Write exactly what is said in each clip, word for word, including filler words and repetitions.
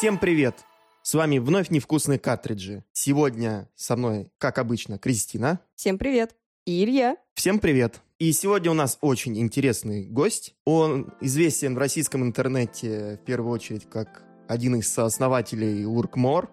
Всем привет! С вами вновь невкусные картриджи. Сегодня со мной, как обычно, Кристина. Всем привет! И Илья. Всем привет! И сегодня у нас очень интересный гость. Он известен в российском интернете в первую очередь как один из сооснователей Луркмор,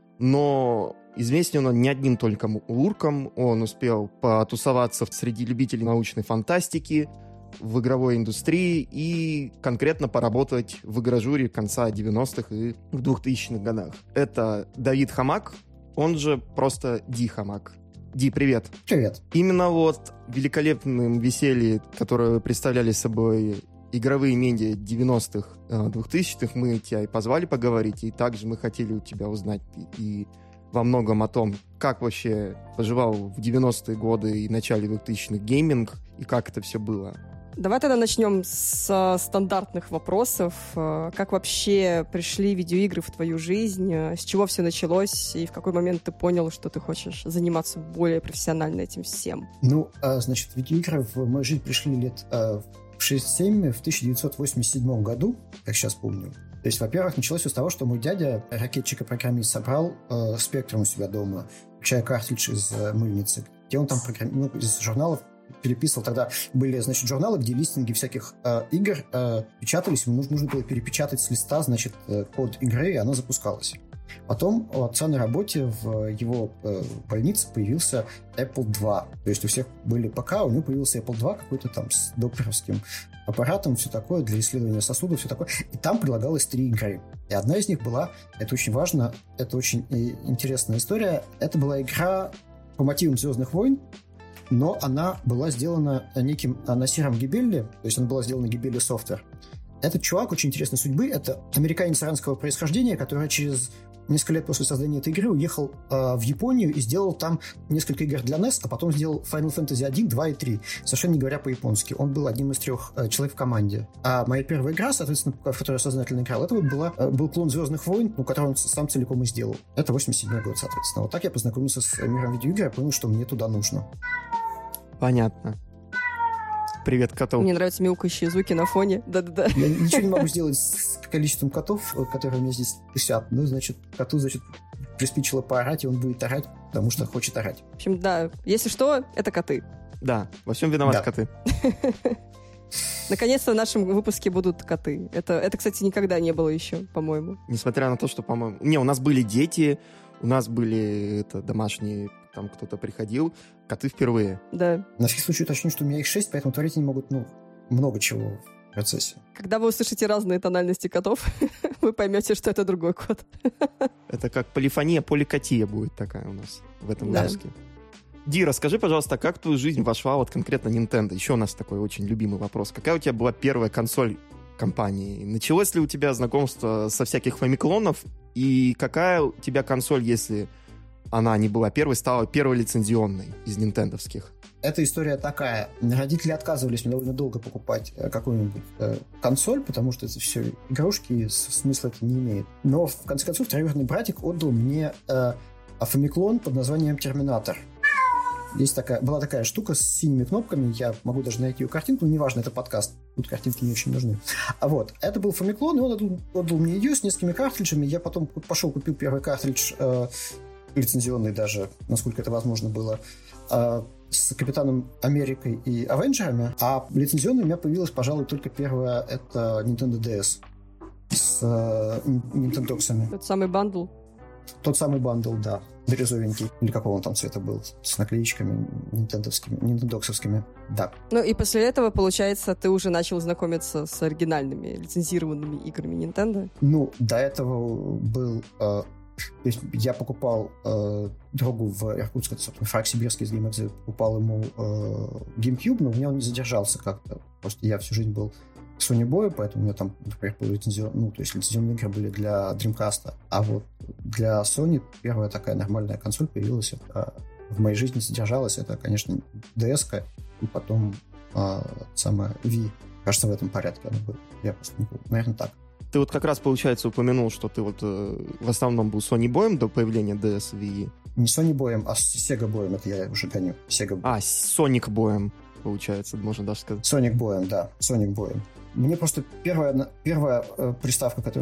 но известен он не одним только лурком. Он успел потусоваться среди любителей научной фантастики, в игровой индустрии и конкретно поработать в игражуре конца девяностых и в двухтысячных годах. Это Давид Хамак, он же просто Ди Хамак. Ди, привет. Привет. Именно вот в великолепном веселье, которое вы представляли собой игровые медиа девяностых, двухтысячных, мы тебя и позвали поговорить, и также мы хотели у тебя узнать и во многом о том, как вообще поживал в девяностые годы и начале двухтысячных гейминг, и как это все было. Давай тогда начнем с стандартных вопросов. Как вообще пришли видеоигры в твою жизнь? С чего все началось? И в какой момент ты понял, что ты хочешь заниматься более профессионально этим всем? Ну, значит, видеоигры в мою жизнь пришли лет в шесть-семь, в тысяча девятьсот восемьдесят седьмом году, как сейчас помню. То есть, во-первых, началось все с того, что мой дядя, ракетчик и программист, собрал э, спектрум у себя дома, включая картридж из э, мыльницы, где он там программ... ну, из журналов переписывал. Тогда были, значит, журналы, где листинги всяких э, игр э, печатались, ему нужно, нужно было перепечатать с листа, значит, э, код игры, и она запускалась. Потом у отца на работе в его э, больнице появился Apple два. То есть у всех были ПК, у него появился Apple два какой-то там с докторовским аппаратом, все такое, для исследования сосудов, все такое. И там предлагалось три игры. И одна из них была, это очень важно, это очень интересная история, это была игра по мотивам «Звездных войн», но она была сделана неким Насиром Гибелли, то есть она была сделана Гибелли Software. Этот чувак очень интересной судьбы, это американец иранского происхождения, который через несколько лет после создания этой игры уехал э, в Японию и сделал там несколько игр для нес, а потом сделал Final Fantasy один, два и три, совершенно не говоря по-японски. Он был одним из трех э, человек в команде. А моя первая игра, соответственно, в которой я сознательно играл, это была, э, был клон «Звездных войн», ну, который он сам целиком и сделал. Это восемьдесят седьмой год, соответственно. Вот так я познакомился с миром видеоигр, я понял, что мне туда нужно. Понятно. Привет, котов. Мне нравятся мяукающие звуки на фоне. Да-да-да. Я ничего не могу сделать с количеством котов, которые у меня здесь висят. Ну, значит, коту, значит, приспичило поорать, и он будет орать, потому что хочет орать. В общем, да, если что, это коты. Да, во всем виноваты да. коты. Наконец-то в нашем выпуске будут коты. Это, это, кстати, никогда не было еще, по-моему. Несмотря на то, что, по-моему... Не, у нас были дети, у нас были это, домашние, там кто-то приходил, коты впервые. Да. На всякий случай уточню, что у меня их шесть, поэтому творить они могут, ну, много чего в процессе. Когда вы услышите разные тональности котов, вы поймете, что это другой кот. Это как полифония, поликатия будет такая у нас в этом да. выпуске. Ди, расскажи, пожалуйста, как в твою жизнь вошла вот конкретно Nintendo? Еще у нас такой очень любимый вопрос. Какая у тебя была первая консоль компании? Началось ли у тебя знакомство со всяких фамиклонов? И какая у тебя консоль, если она не была первой, стала первой лицензионной из нинтендовских? Эта история такая. Родители отказывались мне довольно долго покупать какую-нибудь э, консоль, потому что это все игрушки, и смысла это не имеет. Но, в конце концов, троюродный братик отдал мне э, фамиклон под названием «Терминатор». Есть такая, была такая штука с синими кнопками, я могу даже найти ее картинку, но неважно, это подкаст, тут картинки не очень нужны. А вот, это был фамиклон, и он отдал, отдал мне ее с несколькими картриджами, я потом пошел, купил первый картридж, э, лицензионный даже, насколько это возможно было, э, с Капитаном Америкой и Авенджерами, а лицензионной у меня появилась, пожалуй, только первая, это Nintendo ди эс с э, Nintendos'ами. Тот самый бандл. Тот самый бандл, да, бирюзовенький, или какого он там цвета был, с наклеечками нинтендовскими, нинтендоксовскими, да. Ну и после этого, получается, ты уже начал знакомиться с оригинальными лицензированными играми Nintendo? Ну, до этого был... Э, то есть я покупал э, другу в Иркутске, Фрак Сибирский из GameXZ, покупал ему э, GameCube, но у меня он не задержался как-то. Просто я всю жизнь был Sony Boy, поэтому у меня там, например, были лицензионные, ну, то есть лицензионные игры были для Dreamcast, а вот для Sony первая такая нормальная консоль появилась, это, в моей жизни задержалась, это, конечно, ди эс-ка, и потом э, самая Wii. Кажется, в этом порядке она была. Я просто не помню. Наверное, так. Ты вот как раз, получается, упомянул, что ты вот э, в основном был Sony Boy'ем до появления ди эс и Wii. Не Sony Boy'ем, а Sega Boy'ем, это я уже гоню. Sega Boy. А, Sonic Boy'ем, получается, можно даже сказать. Sonic Boy'ем, да, Sonic Boy'ем. Мне просто первая, первая э, приставка, которая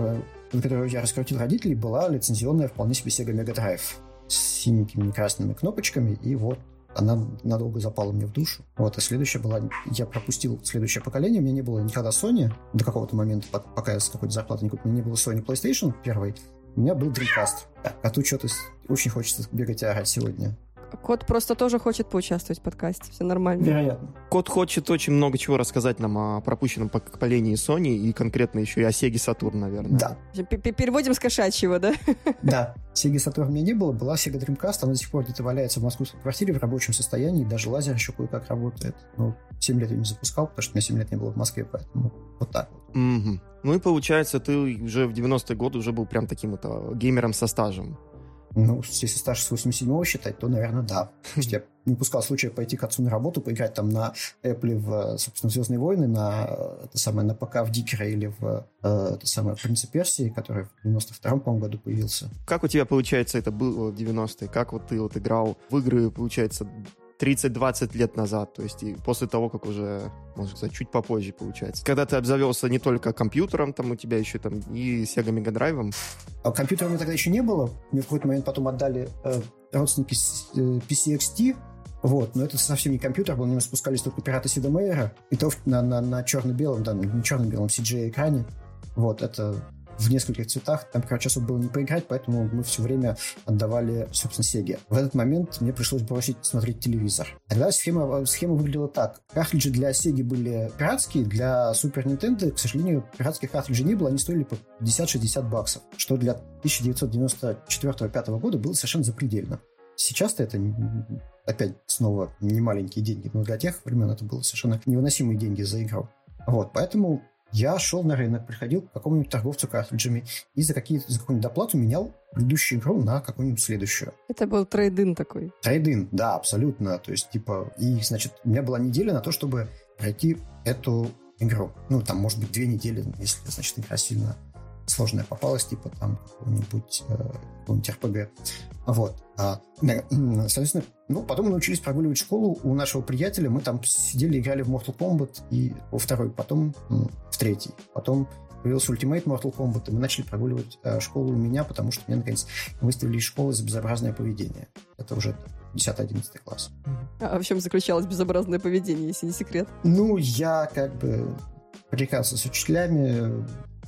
на которую я раскрутил родителей, была лицензионная вполне себе Sega Mega Drive с синенькими красными кнопочками, и вот она надолго запала мне в душу. Вот, а следующая была... Я пропустил следующее поколение, у меня не было никогда Sony до какого-то момента, пока я с какой-то зарплаты не купил, у меня не было Sony PlayStation первый, у меня был Dreamcast. А тут что-то очень хочется бегать и орать сегодня. Кот просто тоже хочет поучаствовать в подкасте, все нормально. Вероятно. Кот хочет очень много чего рассказать нам о пропущенном поколении Sony и конкретно еще и о Sega Saturn, наверное. Да. Переводим с кошачьего, да? Да. Sega Saturn у меня не было, была Sega Dreamcast, она до сих пор где-то валяется в московской квартире в рабочем состоянии, даже лазер еще кое-как работает. Ну, семь лет я не запускал, потому что у меня семь лет не было в Москве, поэтому вот так вот. Угу. Ну и получается, ты уже в девяностые годы уже был прям таким это геймером со стажем. Ну, если стаж с восемьдесят седьмого считать, то, наверное, да. Я не упускал случая пойти к отцу на работу, поиграть там на Apple в, собственно, «Звездные войны», на, это самое, на ПК в Дикера или в это самое, «Принца Персии», который в девяносто втором, по-моему, году появился. Как у тебя, получается, это было в девяностые? Как вот ты вот играл в игры, получается, тридцать-двадцать лет назад, то есть и после того, как уже, можно сказать, чуть попозже, получается. Когда ты обзавелся не только компьютером, там у тебя еще там и Sega Mega Drive. А компьютера у меня тогда еще не было. Мне в какой-то момент потом отдали э, родственники э, пи си икс ти. Вот, но это совсем не компьютер был, на нем спускались только пираты Сида Мейера, и то на, на, на черно-белом, да, не черно-белом си джи экране. Вот, это в нескольких цветах, там, короче, особо было не поиграть, поэтому мы все время отдавали, собственно, Сеге. В этот момент мне пришлось бросить смотреть телевизор. Тогда схема, схема выглядела так. Картриджи для Сеги были пиратские, для Супер Нинтендо, к сожалению, пиратских картриджей не было, они стоили по пятьдесят-шестьдесят баксов, что для тысяча девятьсот девяносто четвёртого-пятого года было совершенно запредельно. Сейчас-то это опять снова не маленькие деньги, но для тех времен это было совершенно невыносимые деньги за игру. Вот, поэтому я шел на рынок, приходил к какому-нибудь торговцу картриджами и за, какие-то, за какую-нибудь доплату менял предыдущую игру на какую-нибудь следующую. Это был трейд-ин такой. Трейд-ин, да, абсолютно. То есть, типа, и, значит, у меня была неделя на то, чтобы пройти эту игру. Ну, там, может быть, две недели, если, значит, игра сильно сложная попалась, типа, там, какой-нибудь, э, какой-нибудь эр пи джи. Вот. А, соответственно, ну, потом мы научились прогуливать школу у нашего приятеля. Мы там сидели, играли в Mortal Kombat и во второй, потом ну, в третий. Потом появился Ultimate Mortal Kombat, и мы начали прогуливать э, школу у меня, потому что меня, наконец, выставили из школы за безобразное поведение. Это уже десятый-одиннадцатый класс. А в чем заключалось безобразное поведение, если не секрет? Ну, я как бы пререкался с учителями,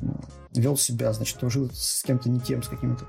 вел себя, значит, дружил с кем-то не тем, с какими-то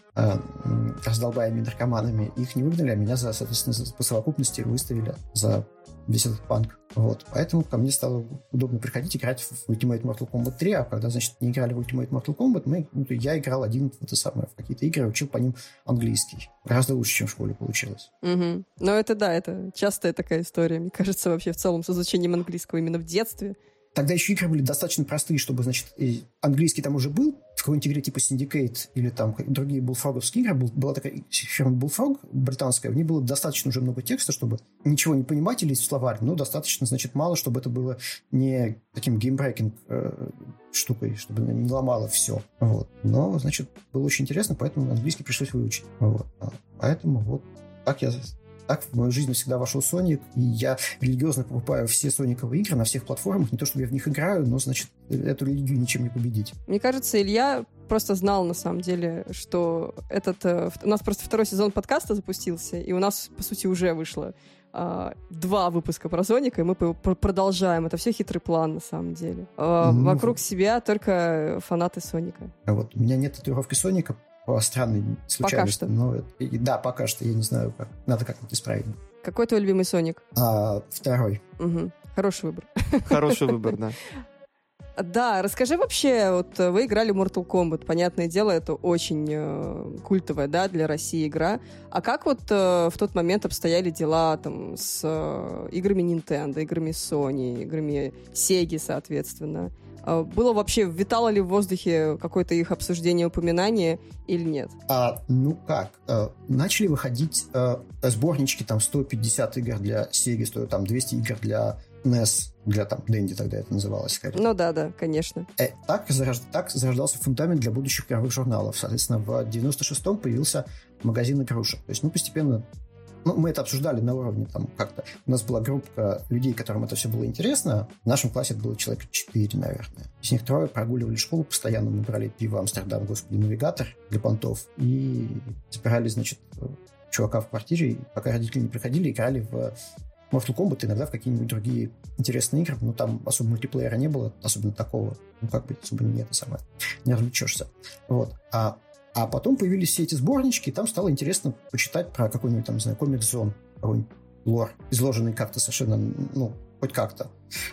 раздолбаями наркоманами. Их не выгнали, а меня, за, соответственно, по совокупности выставили за весь этот панк. Вот. Поэтому ко мне стало удобно приходить играть в Ultimate Mortal Kombat три, а когда, значит, не играли в Ultimate Mortal Kombat, мы, ну, я играл один в, это самое, в какие-то игры, учил по ним английский. Гораздо лучше, чем в школе получилось. Угу. Но это, да, это частая такая история, мне кажется, вообще в целом с изучением английского именно в детстве. Тогда еще игры были достаточно простые, чтобы, значит, английский там уже был, в какой-нибудь игре типа Syndicate или там другие булфроговские игры, был, была такая фирма Bullfrog британская, в ней было достаточно уже много текста, чтобы ничего не понимать или в словарь, но достаточно, значит, мало, чтобы это было не таким геймбрейкинг э, штукой, чтобы не ломало все. Вот. Но, значит, было очень интересно, поэтому английский пришлось выучить. Вот. Поэтому вот так я... Так в мою жизнь всегда вошел Соник, и я религиозно покупаю все сониковые игры на всех платформах. Не то, чтобы я в них играю, но, значит, эту религию ничем не победить. Мне кажется, Илья просто знал, на самом деле, что этот... Э, у нас просто второй сезон подкаста запустился, и у нас, по сути, уже вышло э, два выпуска про Соника, и мы продолжаем. Это все хитрый план, на самом деле. Э, ну, вокруг себя только фанаты Соника. А вот у меня нет татуировки Соника, по странной случайности. Пока что. Но, да, пока что. Я не знаю, как. Надо как-нибудь исправить. Какой твой любимый Соник? А, второй. Угу. Хороший выбор. Хороший выбор, да. Да, расскажи вообще, вот вы играли в Mortal Kombat, понятное дело, это очень э, культовая, да, для России игра. А как вот э, в тот момент обстояли дела там с э, играми Nintendo, играми Sony, играми Sega, соответственно? Было вообще, витало ли в воздухе какое-то их обсуждение, упоминание или нет? А, ну как, а, начали выходить а, сборнички, там, сто пятьдесят игр для Sega, сто, там, двести игр для эн и эс, для, там, Dendy тогда это называлось, скорее. Ну да, да, конечно. Э, так, зарож... так зарождался фундамент для будущих игровых журналов. Соответственно, в девяносто шестом появился магазин игрушек. То есть, ну, постепенно... ну, мы это обсуждали на уровне там как-то. У нас была группа людей, которым это все было интересно. В нашем классе это было человек четыре, наверное. Из них трое прогуливали школу постоянно. Мы брали пиво Амстердам, господи, навигатор для понтов. И запирали, значит, чувака в квартире. И пока родители не приходили, играли в Mortal Kombat, иногда в какие-нибудь другие интересные игры. Ну, там особо мультиплеера не было, особенно такого. Ну, как бы, особо не это самое. Не развлечешься. Вот. А А потом появились все эти сборнички, и там стало интересно почитать про какой-нибудь, там, не знаю, комикс-зон, какой-нибудь лор, изложенный как-то совершенно, ну, хоть как-то.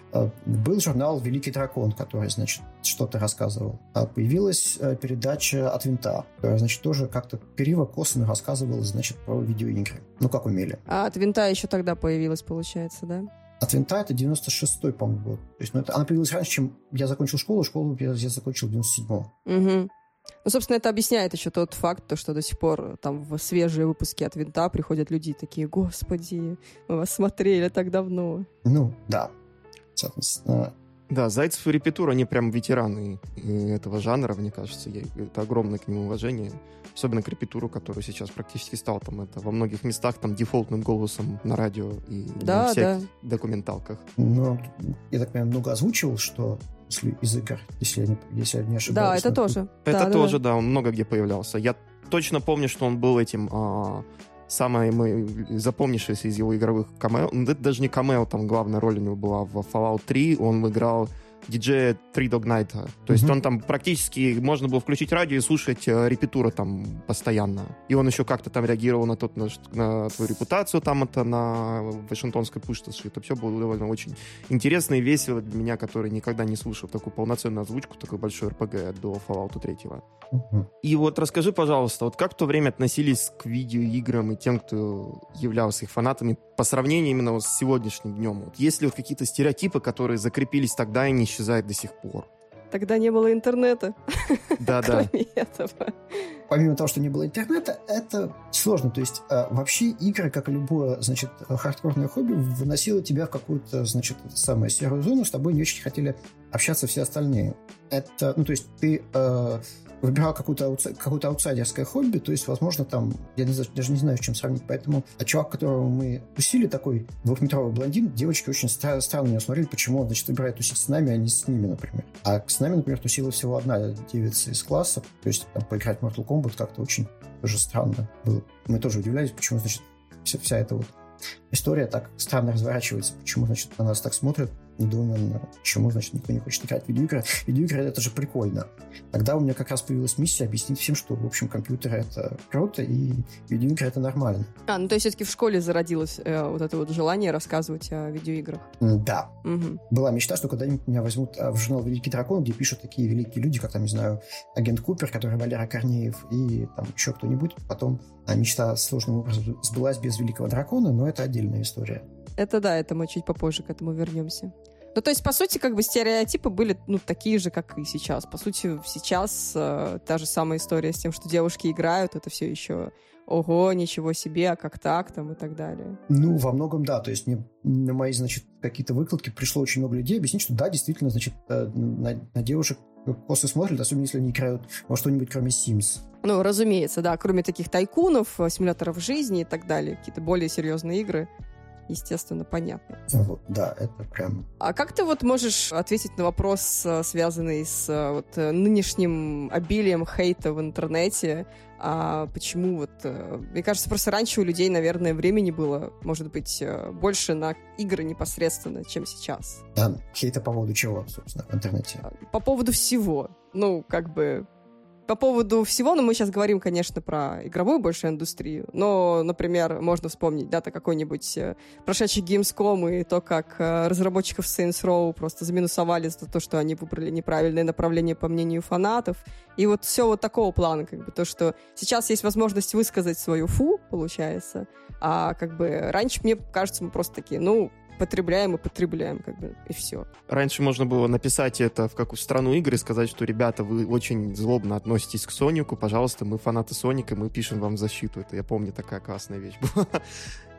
Был журнал «Великий дракон», который, значит, что-то рассказывал. А появилась передача «От винта», которая, значит, тоже как-то криво-косвенно рассказывала, значит, про видеоигры. Ну, как умели. А «От винта» еще тогда появилась, получается, да? «От винта» — это девяносто шестой, по-моему, год. То есть, ну, это, она появилась раньше, чем я закончил школу. Школу я, я закончил в девяносто седьмом. Угу. Ну, собственно, это объясняет еще тот факт, то, что до сих пор там в свежие выпуски «От винта» приходят люди такие: «Господи, мы вас смотрели так давно». Ну, да. Соответственно... Да, Зайцев и Репетур, они прям ветераны этого жанра, мне кажется. Я, это огромное к нему уважение. Особенно к Репетуру, который сейчас практически стал там это во многих местах там дефолтным голосом на радио и да, на всяких да. документалках. Ну, я так понимаю, много озвучивал, что из игр, если я не, если я не ошибаюсь. Да, это тоже. Это да, тоже, да. да, он много где появлялся. Я точно помню, что он был этим... А... Самое мы запомнившееся из его игровых камео, ну, это даже не камео, там главная роль у него была в Fallout три, он играл диджея Three Dog Night. То mm-hmm. есть он там практически, можно было включить радио и слушать э, Репетура там постоянно. И он еще как-то там реагировал на, тот, на, на твою репутацию там это на Вашингтонской пушташе. Это все было довольно очень интересно и весело для меня, который никогда не слушал такую полноценную озвучку, такой большой эр пи джи до Fallout три. Mm-hmm. И вот расскажи, пожалуйста, вот как в то время относились к видеоиграм и тем, кто являлся их фанатами по сравнению именно вот с сегодняшним днем? Вот есть ли вот какие-то стереотипы, которые закрепились тогда и не исчезают до сих пор? Тогда не было интернета. Да-да. Кроме этого. Помимо того, что не было интернета, это сложно. То есть э, вообще игры, как и любое, значит, хардкорное хобби, выносило тебя в какую-то, значит, самую серую зону, с тобой не очень хотели общаться все остальные. Это, ну, то есть ты э, выбирал какое-то, какое-то аутсайдерское хобби, то есть, возможно, там, я не, даже не знаю, с чем сравнить, поэтому а чувак, которого мы тусили, такой двухметровый блондин, девочки очень стра- странно меня смотрели, почему он, значит, выбирает тусить с нами, а не с ними, например. А с нами, например, тусила всего одна девица из класса, то есть там, поиграть в Mortal Kombat как-то очень тоже странно было. Мы тоже удивлялись, почему, значит, вся, вся эта вот история так странно разворачивается, почему, значит, на нас так смотрят недоуменно, почему, значит, никто не хочет играть в видеоигры. Видеоигры — это же прикольно. Тогда у меня как раз появилась миссия объяснить всем, что, в общем, компьютеры — это круто, и видеоигры — это нормально. А, ну то есть все-таки в школе зародилось э, вот это вот желание рассказывать о видеоиграх. Да. Угу. Была мечта, что когда-нибудь меня возьмут в журнал «Великий дракон», где пишут такие великие люди, как, там, не знаю, агент Купер, который Валера Корнеев, и там еще кто-нибудь. Потом а, мечта сложным образом сбылась без «Великого дракона», но это отдельная история. Это да, это мы чуть попозже к этому вернемся. Ну, то есть, по сути, как бы стереотипы были, ну, такие же, как и сейчас. По сути, сейчас э, та же самая история с тем, что девушки играют, это все еще ого, ничего себе, а как так, там, и так далее. Ну, во многом, да. То есть, мне на мои, значит, какие-то выкладки пришло очень много людей объяснить, что да, действительно, значит, на, на девушек косо смотрят, особенно если они играют во что-нибудь, кроме Sims. Ну, разумеется, да, кроме таких тайкунов, симуляторов жизни и так далее, какие-то более серьезные игры, естественно, понятно. Вот, да, это прям... А как ты вот можешь ответить на вопрос, связанный с вот нынешним обилием хейта в интернете? А почему вот... Мне кажется, просто раньше у людей, наверное, времени было, может быть, больше на игры непосредственно, чем сейчас. А хейта по поводу чего, собственно, в интернете? По поводу всего. Ну, как бы... По поводу всего, ну, мы сейчас говорим, конечно, про игровую больше индустрию, но, например, можно вспомнить, да, какой-нибудь э, прошедший Gamescom и то, как э, разработчиков Saints Row просто заминусовали за то, что они выбрали неправильное направление по мнению фанатов. И вот все вот такого плана, как бы, то, что сейчас есть возможность высказать свою фу, получается, а как бы раньше, мне кажется, мы просто такие, ну, потребляем и потребляем, как бы, и все. Раньше можно было написать это в какую страну игр и сказать, что, ребята, вы очень злобно относитесь к Сонику, пожалуйста, мы фанаты Соника, мы пишем вам защиту. Это, я помню, такая классная вещь была.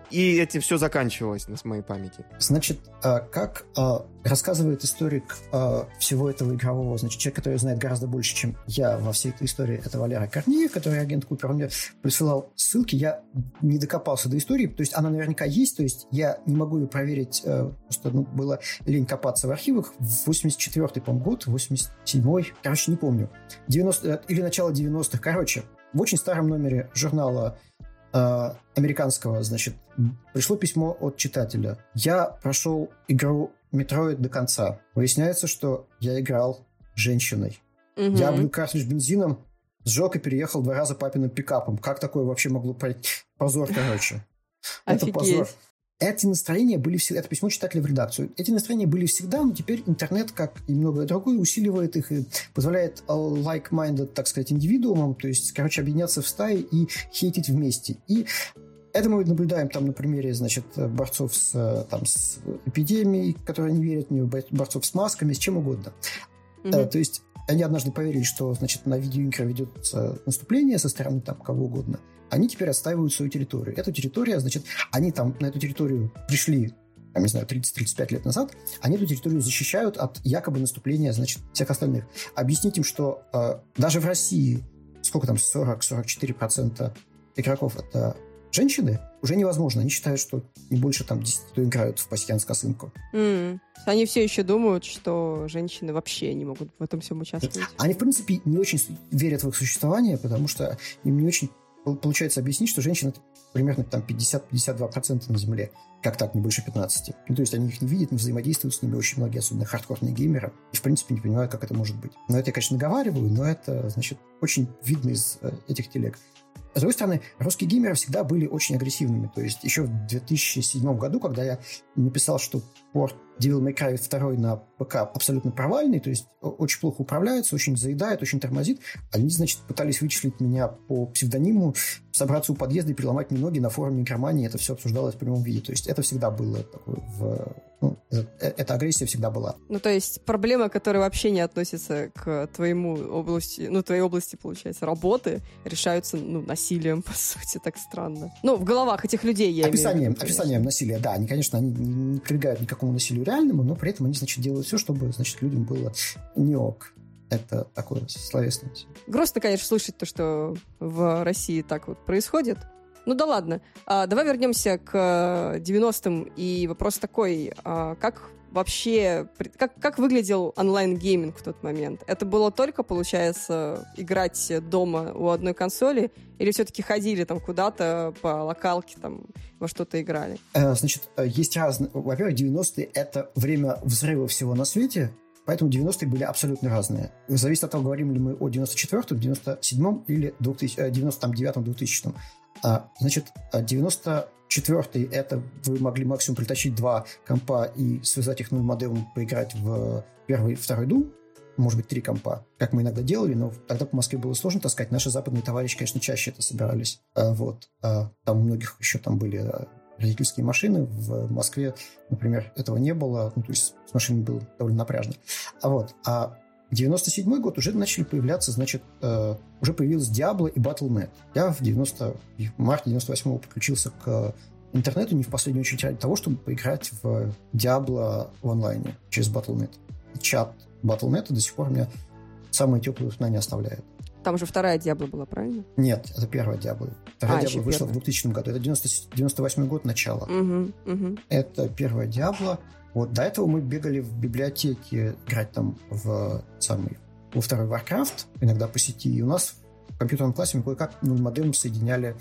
И этим все заканчивалось на моей памяти. Значит, как рассказывает историк всего этого игрового, значит, человек, который знает гораздо больше, чем я во всей этой истории, это Валера Корнеев, который агент Купер. Он мне присылал ссылки, я не докопался до истории, то есть она наверняка есть, то есть я не могу ее проверить, просто ну, было лень копаться в архивах. восемьдесят четвёртый, по-моему, год, восемьдесят седьмой, короче, не помню, девяностые или начало девяностых, короче, в очень старом номере журнала э, американского, значит, пришло письмо от читателя. Я прошел игру Metroid до конца. Выясняется, что я играл женщиной. Угу. Я облил картридж бензином, сжег и переехал два раза папиным пикапом. Как такое вообще могло пройти? Позор, короче. Это позор. Эти настроения были всегда... Это письмо читателя в редакцию. Эти настроения были всегда, но теперь интернет, как и многое другое, усиливает их и позволяет like-minded, так сказать, индивидуумам, то есть, короче, объединяться в стае и хейтить вместе. И это мы наблюдаем там на примере, значит, борцов с, там, с эпидемией, которые не верят в нее, борцов с масками, с чем угодно. Mm-hmm. То есть они однажды поверили, что, значит, на видеоигры ведется наступление со стороны там кого угодно. Они теперь отстаивают свою территорию. Эту территорию, значит, они там на эту территорию пришли, я не знаю, тридцать-тридцать пять лет назад, они эту территорию защищают от якобы наступления, значит, всех остальных. Объяснить им, что э, даже в России, сколько там, сорок-сорок четыре процента игроков это женщины, уже невозможно. Они считают, что не больше там десять, кто играют в пасьянс-косынку. Mm. Они все еще думают, что женщины вообще не могут в этом всем участвовать. Они, в принципе, не очень верят в их существование, потому что им не очень получается объяснить, что женщины это примерно там пятьдесят-пятьдесят два процента на Земле. Как так, не больше пятнадцати. Ну, то есть они их не видят, не взаимодействуют с ними очень многие, особенно хардкорные геймеры. И, в принципе, не понимают, как это может быть. Но это я, конечно, наговариваю, но это, значит, очень видно из э, этих телег. С другой стороны, русские геймеры всегда были очень агрессивными. То есть еще в две тысячи седьмом году, когда я написал, что порт Devil May Cry два на ПК абсолютно провальный, то есть очень плохо управляется, очень заедает, очень тормозит, они, значит, пытались вычислить меня по псевдониму, собраться у подъезда и переломать мне ноги на форуме игромании. Это все обсуждалось в прямом виде. То есть это всегда было такое в... Ну, эта агрессия всегда была. Ну, то есть проблемы, которые вообще не относятся к твоему области, ну, твоей области, получается, работы, решаются, ну, насилием, по сути, так странно. Ну, в головах этих людей, я описанием, имею в виду. Описанием насилия, да. Они, конечно, они не прибегают ни к какому насилию реальному, но при этом они, значит, делают все, чтобы, значит, людям было не ок. Это такое словесное. Грустно, конечно, слышать то, что в России так вот происходит. Ну да ладно. А, давай вернемся к девяностым. И вопрос такой. А, как вообще... Как, как выглядел онлайн-гейминг в тот момент? Это было только, получается, играть дома у одной консоли? Или все-таки ходили там куда-то по локалке, там во что-то играли? Значит, есть разные... Во-первых, девяностые — это время взрыва всего на свете. Поэтому девяностые были абсолютно разные. Зависит от того, говорим ли мы о девяносто четвёртом, девяносто седьмом или девяносто девятом, двухтысячном. Значит, девяносто четвёртый — это вы могли максимум притащить два компа и связать их новым модемом, поиграть в первый и второй Doom. Может быть, три компа, как мы иногда делали, но тогда по Москве было сложно таскать. Наши западные товарищи, конечно, чаще это собирались. Вот. Там у многих еще там были родительские машины. В Москве, например, этого не было. Ну, то есть с машиной было довольно напряжно. А вот. А девяносто седьмой год уже начали появляться, значит, э, уже появилась Diablo и батл точка нет. Я в, девяносто, в марте девяносто восьмого подключился к интернету не в последнюю очередь ради того, чтобы поиграть в Diablo в онлайне через батл точка нет. И чат батл точка нет до сих пор меня самые теплые воспоминания оставляет. Там же вторая Diablo была, правильно? Нет, это первая Diablo. Вторая а, Diablo вышла первая. В двухтысячном году. Это девяносто восьмой год, начало. Угу, угу. Это первая Diablo. Вот до этого мы бегали в библиотеке играть там в самый во второй Warcraft, иногда по сети. И у нас в компьютерном классе мы кое-как ну, модемом соединяли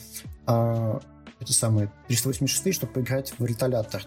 а, эти самые триста восемьдесят шесть, чтобы поиграть в реталятор.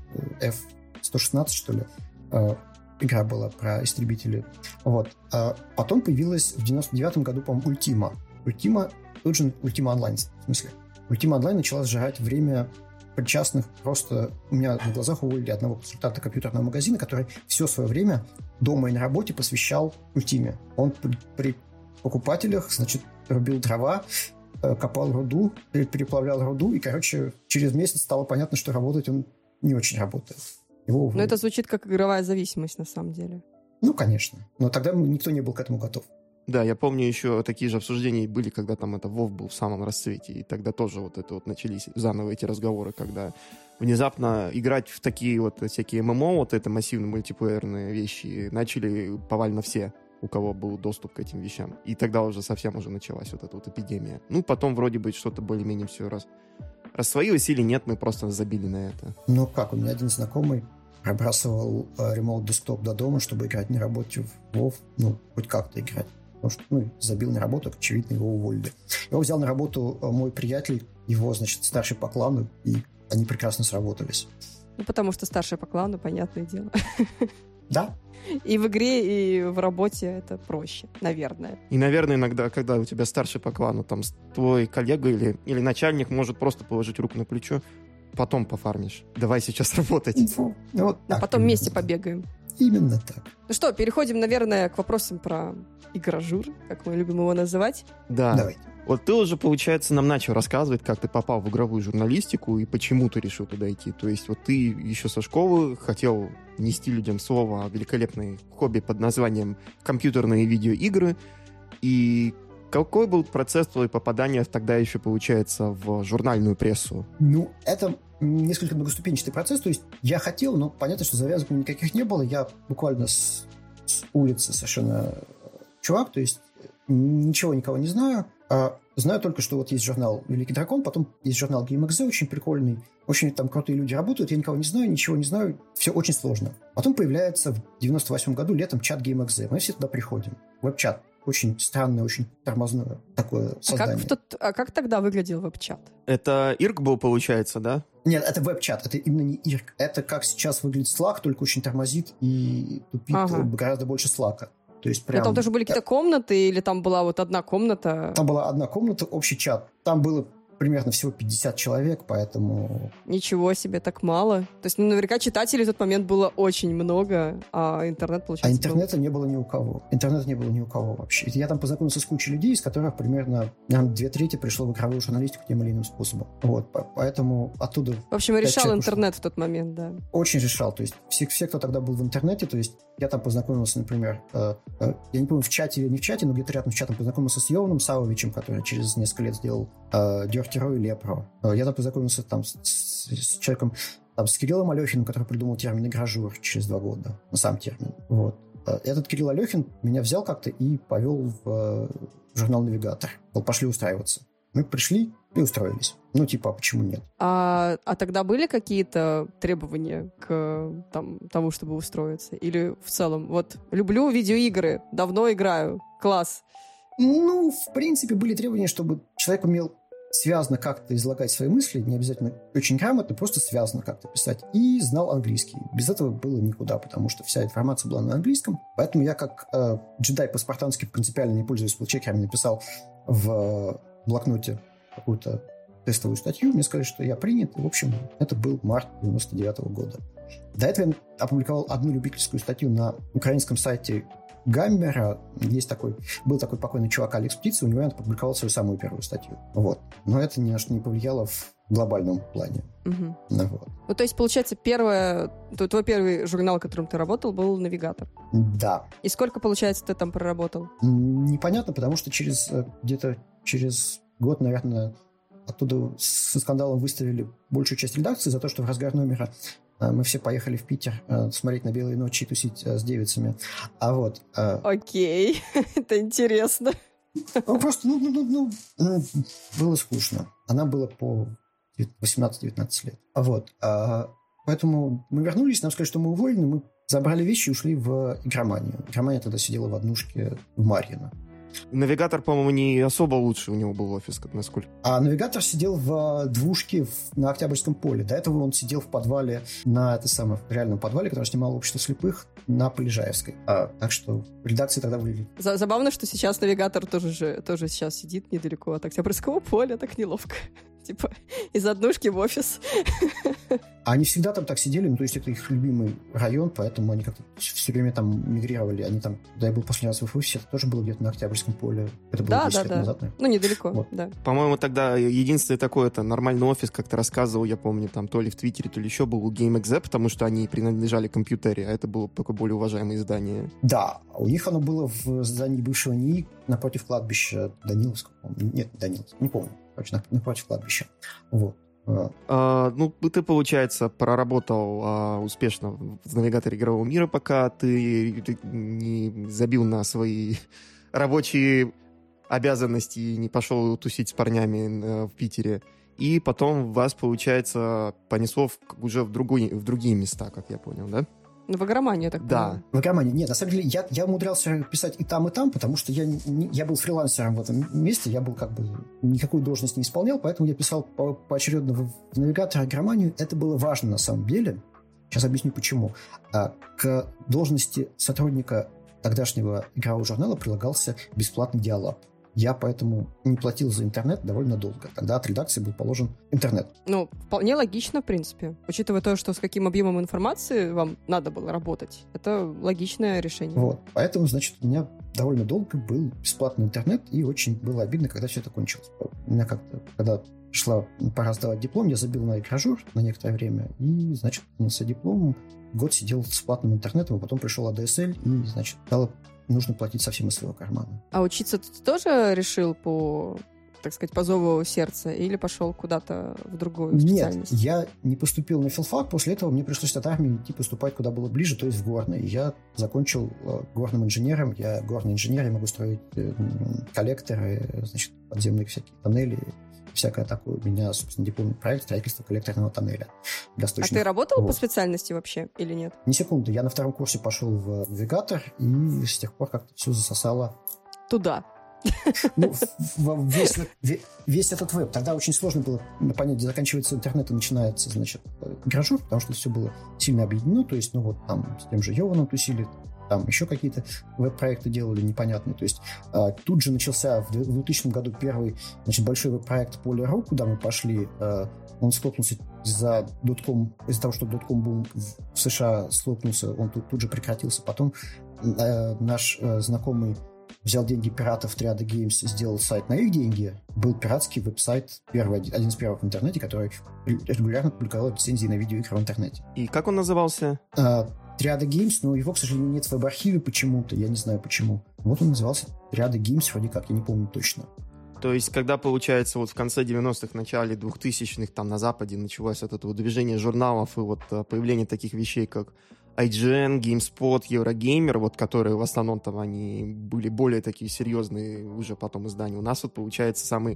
эф сто шестнадцать, что ли. А, игра была про истребители. Вот. А потом появилась в девяносто девятом году, по-моему, Ultima. Ultima, тут же Ultima Online, в смысле. Ultima Online начала сжирать время причастных. Просто у меня на глазах уволили одного консультанта компьютерного магазина, который все свое время дома и на работе посвящал Ultima. Он при, при покупателях, значит, рубил дрова, копал руду, переплавлял руду, и, короче, через месяц стало понятно, что работать он не очень работает. Его... Но это звучит как игровая зависимость, на самом деле. Ну, конечно. Но тогда никто не был к этому готов. Да, я помню, еще такие же обсуждения были, когда там это WoW был в самом расцвете, и тогда тоже вот это вот начались заново эти разговоры, когда внезапно играть в такие вот всякие эм эм о, вот это массивные мультиплеерные вещи, начали повально все, у кого был доступ к этим вещам. И тогда уже совсем уже началась вот эта вот эпидемия. Ну, потом вроде бы что-то более-менее все раз рассвоилось или нет, мы просто забили на это. Ну как, у меня один знакомый пробрасывал э, ремоут десктоп до дома, чтобы играть на работе в WoW, ну, хоть как-то играть. Потому что, ну, забил на работу, очевидно, его уволили. Его взял на работу мой приятель, его, значит, старший по клану, и они прекрасно сработались. Ну, потому что старший по клану, понятное дело. Да. И в игре, и в работе это проще, наверное. И, наверное, иногда, когда у тебя старший по клану, там, твой коллега или, или начальник может просто положить руку на плечо, потом пофармишь. Давай сейчас работать. Ну, вот а потом именно. Вместе побегаем. Именно так. Ну что, переходим, наверное, к вопросам про игражур, как мы любим его называть. Да. Давай. Вот ты уже, получается, нам начал рассказывать, как ты попал в игровую журналистику и почему ты решил туда идти. То есть вот ты еще со школы хотел нести людям слово о великолепной хобби под названием компьютерные видеоигры. И какой был процесс твоего попадания тогда еще, получается, в журнальную прессу? Ну, это несколько многоступенчатый процесс. То есть я хотел, но понятно, что завязок никаких не было. Я буквально с, с улицы совершенно чувак, то есть ничего никого не знаю. А знаю только, что вот есть журнал «Великий дракон», потом есть журнал GameXZ, очень прикольный. Очень там крутые люди работают, я никого не знаю, ничего не знаю, все очень сложно. Потом появляется в девяносто восьмом году летом чат GameXZ. Мы все туда приходим. Веб-чат. Очень странное, очень тормозное такое создание. А как, тот, а как тогда выглядел веб-чат? Это ай ар си был, получается, да? Нет, это веб-чат, это именно не ай ар си. Это как сейчас выглядит Slack, только очень тормозит и тупит ага. гораздо больше Slack. То есть прям... Но там тоже были какие-то комнаты, или там была вот одна комната? Там была одна комната, общий чат. Там было примерно всего пятьдесят человек, поэтому... Ничего себе, так мало. То есть, ну, наверняка читателей в тот момент было очень много, а интернет, получается, А интернета был... не было ни у кого. Интернета не было ни у кого вообще. Я там познакомился с кучей людей, из которых примерно, наверное, две трети пришло в игровую журналистику тем или иным способом. Вот, поэтому оттуда... В общем, решал интернет в тот момент, да. Очень решал. То есть все, все, кто тогда был в интернете, то есть я там познакомился, например, э, э, я не помню, в чате или не в чате, но где-то рядом с чатом познакомился с Йованом Савовичем, который через несколько лет сделал э, Dirty Row и Лепро. Э, я там познакомился там с, с, с человеком, там, с Кириллом Алехиным, который придумал термин «игражур» через два года. На сам термин. Вот. Э, этот Кирилл Алехин меня взял как-то и повел в э, журнал «Навигатор». Мол, пошли устраиваться. Мы пришли и устроились. Ну, типа, а почему нет? А, а тогда были какие-то требования к там, тому, чтобы устроиться? Или в целом, вот, люблю видеоигры, давно играю, класс? Ну, в принципе, были требования, чтобы человек умел связно как-то излагать свои мысли, не обязательно очень грамотно, просто связно как-то писать. И знал английский. Без этого было никуда, потому что вся информация была на английском. Поэтому я, как э, джедай по-спартански, принципиально не пользуясь плейчекерами, написал в блокноте какую-то тестовую статью. Мне сказали, что я принят. И, в общем, это был март девяносто девятого года. До этого я опубликовал одну любительскую статью на украинском сайте Гаммера. Есть такой, был такой покойный чувак Алекс Птица, у него я опубликовал свою самую первую статью. Вот. Но это ни на что не повлияло в глобальном плане. Угу. Ну, вот. Ну, то есть, получается, первое, твой первый журнал, в котором ты работал, был «Навигатор». Да. И сколько, получается, ты там проработал? Непонятно, потому что через где-то через год, наверное, оттуда со скандалом выставили большую часть редакции за то, что в разгар номера мы все поехали в Питер э, смотреть на «Белые ночи» и тусить э, с девицами. А вот... Э, Окей, это интересно. Ну, просто, ну, ну, ну, ну, было скучно. Она была по восемнадцать-девятнадцать лет. А вот. А, поэтому мы вернулись, нам сказали, что мы уволены, мы забрали вещи и ушли в игроманию. Игромания тогда сидела в однушке в Марьино. Навигатор, по-моему, не особо лучше у него был офис, как насколько. А Навигатор сидел в двушке в, на Октябрьском поле. До этого он сидел в подвале, на это самое, в реальном подвале, который снимал «Общество слепых» на Полежаевской. А, так что редакции тогда были... Забавно, что сейчас Навигатор тоже, же, тоже сейчас сидит недалеко от Октябрьского поля, так неловко. Типа из однушки в офис. Они всегда там так сидели, ну, то есть это их любимый район, поэтому они как-то все время там мигрировали. Они там, когда я был последний раз в офисе, это тоже было где-то на Октябрьском поле. Это было Да, десять да, лет да. назад, наверное. Ну, недалеко, Вот. да. По-моему, тогда единственный такой это нормальный офис, как ты рассказывал, я помню, там то ли в Твиттере, то ли еще был у GameXZ, потому что они принадлежали компьютере, а это было такое более уважаемое издание. Да, у них оно было в здании бывшего НИИ напротив кладбища Даниловского. Нет, Даниловского, не помню. Короче, напротив кладбища. Вот. А, ну, ты, получается, проработал а, успешно в навигаторе игрового мира, пока ты, ты не забил на свои рабочие обязанности и не пошел тусить с парнями а, в Питере. И потом вас, получается, понесло в, уже в, другой, в другие места, как я понял, да? Ну, в игроманию, я так Да. понимаю. В игромании. Нет, на самом деле, я, я умудрялся писать и там, и там, потому что я, не, я был фрилансером в этом месте, я был как бы никакую должность не исполнял, поэтому я писал по, поочередно в, в навигатор игроманию. Это было важно на самом деле. Сейчас объясню, почему. А, к должности сотрудника тогдашнего игрового журнала прилагался бесплатный диалаб. Я поэтому не платил за интернет довольно долго. Тогда от редакции был положен интернет. Ну, вполне логично, в принципе. Учитывая то, что с каким объемом информации вам надо было работать. Это логичное решение. Вот. Поэтому, значит, у меня довольно долго был бесплатный интернет, и очень было обидно, когда все это кончилось. У меня как-то, когда пришла пора сдавать диплом, я забил на игражур на некоторое время, и, значит, занялся дипломом, год сидел с платным интернетом, а потом пришел эй ди эс эл, и, значит, стало нужно платить совсем из своего кармана. А учиться ты тоже решил по, так сказать, по зову сердца или пошел куда-то в другую специальность? Нет, я не поступил на филфак. После этого мне пришлось от армии идти поступать куда было ближе, то есть в горный. Я закончил горным инженером. Я горный инженер, я могу строить коллекторы, значит, подземные всякие тоннели, всякое такое. У меня, собственно, дипломный проект строительства коллекторного тоннеля. Для а ты работал вот. по специальности вообще или нет? Ни секунды. Я на втором курсе пошел в навигатор, и с тех пор как-то все засосало. Туда. Ну, весь, весь этот веб. Тогда очень сложно было понять, где заканчивается интернет и начинается, значит, игражур, потому что все было сильно объединено. То есть, ну вот там с тем же Йованом тусили, там еще какие-то веб-проекты делали непонятные. То есть а, тут же начался в двухтысячном году первый, значит, большой веб-проект Poly.ru, куда мы пошли. А, он схлопнулся из-за дотком, из-за того, что дотком-бум в США схлопнулся, он тут, тут же прекратился. Потом а, наш а, знакомый взял деньги пиратов Триада Games, сделал сайт на их деньги. Был пиратский веб-сайт, первый, один из первых в интернете, который регулярно публиковал рецензии на видеоигры в интернете. И как он назывался? Триада Games, но его, к сожалению, нет в веб-архиве почему-то, я не знаю почему. Вот он назывался Триада Games, вроде как, я не помню точно. То есть, когда, получается, вот в конце девяностых, начале двухтысячных, там на Западе началось вот это вот движение журналов и вот появление таких вещей, как ай джи эн, GameSpot, Eurogamer, вот, которые в основном там они были более такие серьезные уже потом издания. У нас вот, получается, самые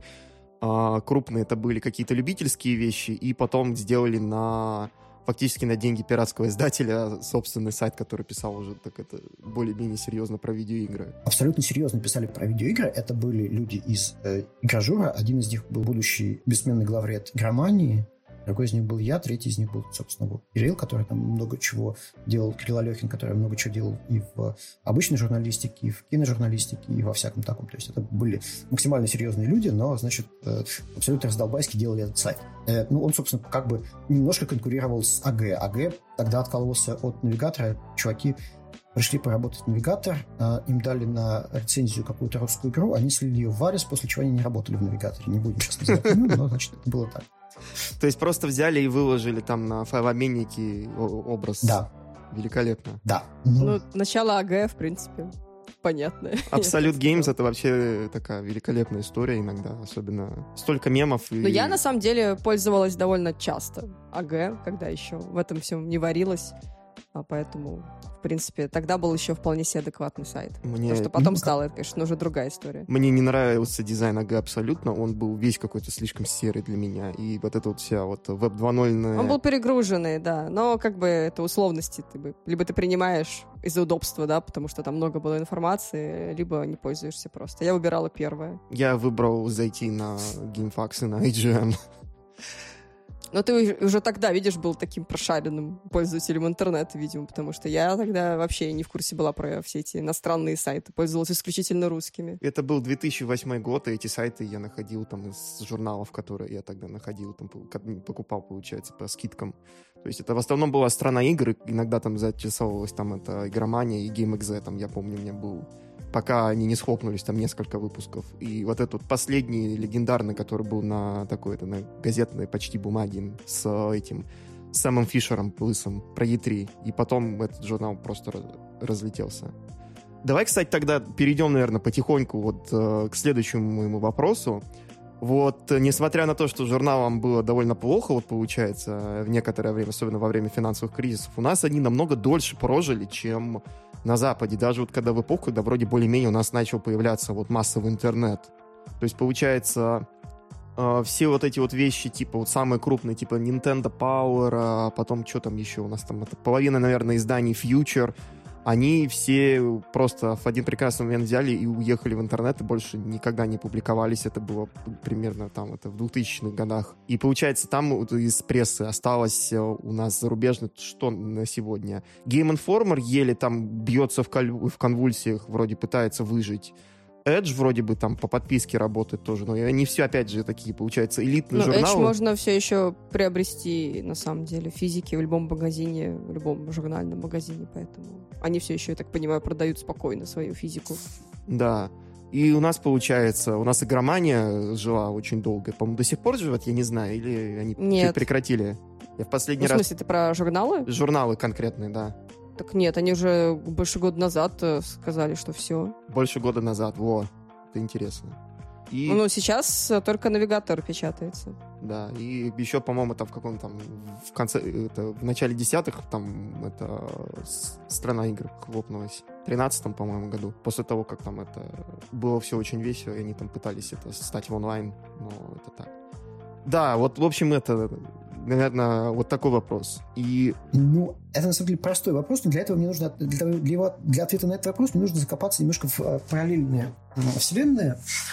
а, крупные это были какие-то любительские вещи, и потом сделали на фактически на деньги пиратского издателя собственный сайт, который писал уже так это более-менее серьезно про видеоигры. Абсолютно серьезно писали про видеоигры. Это были люди из э, игражура. Один из них был будущий бессменный главред игромании. Другой из них был я, третий из них был, собственно, был Кирилл, который там много чего делал, Кирилл Алехин, который много чего делал и в обычной журналистике, и в киножурналистике, и во всяком таком. То есть это были максимально серьезные люди, но, значит, абсолютно раздолбайски делали этот сайт. Ну, он, собственно, как бы немножко конкурировал с АГ. АГ тогда откололся от навигатора. Чуваки пришли поработать в навигатор, им дали на рецензию какую-то русскую игру, они слили ее в Варис, после чего они не работали в навигаторе. Не будем сейчас называть имя, но, значит, это было так. То есть просто взяли и выложили там на файлообменнике образ. Да. Великолепно. Да. Ну, начало АГ, в принципе, понятно. Absolute Games — это вообще такая великолепная история иногда, особенно столько мемов. И... Но я, на самом деле, пользовалась довольно часто АГ, когда еще в этом всем не варилась. А поэтому, в принципе, тогда был еще вполне себе адекватный сайт. Мне... То, что потом ну, стало, это, конечно, уже другая история. Мне не нравился дизайн АГ абсолютно. Он был весь какой-то слишком серый для меня. И вот это вот вся вот веб два ноль... Он был перегруженный, да. Но как бы это условности. Ты бы... Либо ты принимаешь из-за удобства, да, потому что там много было информации, либо не пользуешься просто. Я выбирала первое. Я выбрал зайти на GameFAQs и на ай джи эн. Но ты уже тогда, видишь, был таким прошаренным пользователем интернета, видимо, потому что я тогда вообще не в курсе была про все эти иностранные сайты, пользовалась исключительно русскими. Это был две тысячи восьмой год, и эти сайты я находил там из журналов, которые я тогда находил, там покупал, получается, по скидкам. То есть это в основном была страна игр, иногда там зачесовывалась там это игромания и GameXZ, там я помню, у меня был... Пока они не схлопнулись, там несколько выпусков. И вот этот последний легендарный, который был на такой-то, на газетной почти бумаге с этим Сэмом Фишером лысым про и три. И потом этот журнал просто раз, разлетелся. Давай, кстати, тогда перейдем, наверное, потихоньку вот э, к следующему моему вопросу. Вот, несмотря на то, что журналам было довольно плохо, вот получается, в некоторое время, особенно во время финансовых кризисов, у нас они намного дольше прожили, чем на Западе. Даже вот когда в эпоху, когда вроде более-менее у нас начал появляться вот массовый интернет. То есть, получается, э, все вот эти вот вещи, типа вот самые крупные, типа Nintendo Power, а потом что там еще у нас там, это половина, наверное, изданий Future, они все просто в один прекрасный момент взяли и уехали в интернет, и больше никогда не публиковались. Это было примерно там это в двухтысячных годах. И получается, там вот из прессы осталось у нас зарубежно что на сегодня? Game Informer еле там бьется в, кол- в конвульсиях, вроде пытается выжить. Edge вроде бы там по подписке работает тоже, но они все, опять же, такие, получается, элитные ну, журналы. Edge можно все еще приобрести, на самом деле, физики в любом магазине, в любом журнальном магазине, поэтому они все еще, я так понимаю, продают спокойно свою физику. Да. И у нас, получается, у нас игромания жила очень долго. По-моему, до сих пор живет, я не знаю, или они Нет. прекратили? Я в последний ну, в раз... смысле, ты про журналы? Журналы конкретные, да. Так нет, они уже больше года назад сказали, что все. Больше года назад, во. Это интересно. И... Ну, сейчас только навигатор печатается. Да, и еще, по-моему, там в каком-то там в конце, это, в начале десятых там это страна игр хлопнулась. В тринадцатом, по-моему, году. После того, как там это было все очень весело, и они там пытались это стать в онлайн, но это так. Да, вот, в общем, это, наверное, вот такой вопрос. И... Ну, это, на самом деле, простой вопрос, но для этого мне нужно, для, для, его, для ответа на этот вопрос мне нужно закопаться немножко в а, параллельные а, вселенные,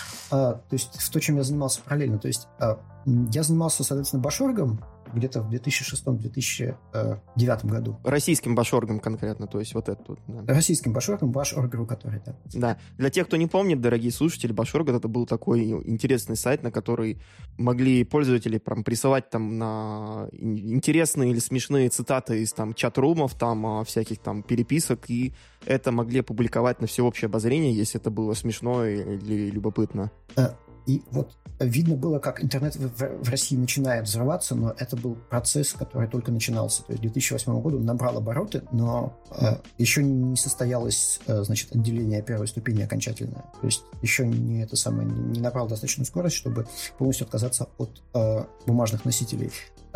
а, то есть в то, чем я занимался параллельно. То есть а, я занимался, соответственно, башоргом где-то в две тысячи шестом - две тысячи девятом году. Российским башоргом конкретно, то есть вот этот вот. Да. Российским башоргом, башоргру, который, да. Да. Для тех, кто не помнит, дорогие слушатели, Башорг это был такой интересный сайт, на который могли пользователи прям присылать там на интересные или смешные цитаты из там чат-румов, там всяких там переписок, и это могли публиковать на всеобщее обозрение, если это было смешно или любопытно. И вот видно было, как интернет в, в России начинает взрываться, но это был процесс, который только начинался. То есть в две тысячи восьмом году он набрал обороты, но э, еще не состоялось, э, значит, отделение первой ступени окончательное. То есть еще не это самое, не, не набрал достаточную скорость, чтобы полностью отказаться от э, бумажных носителей.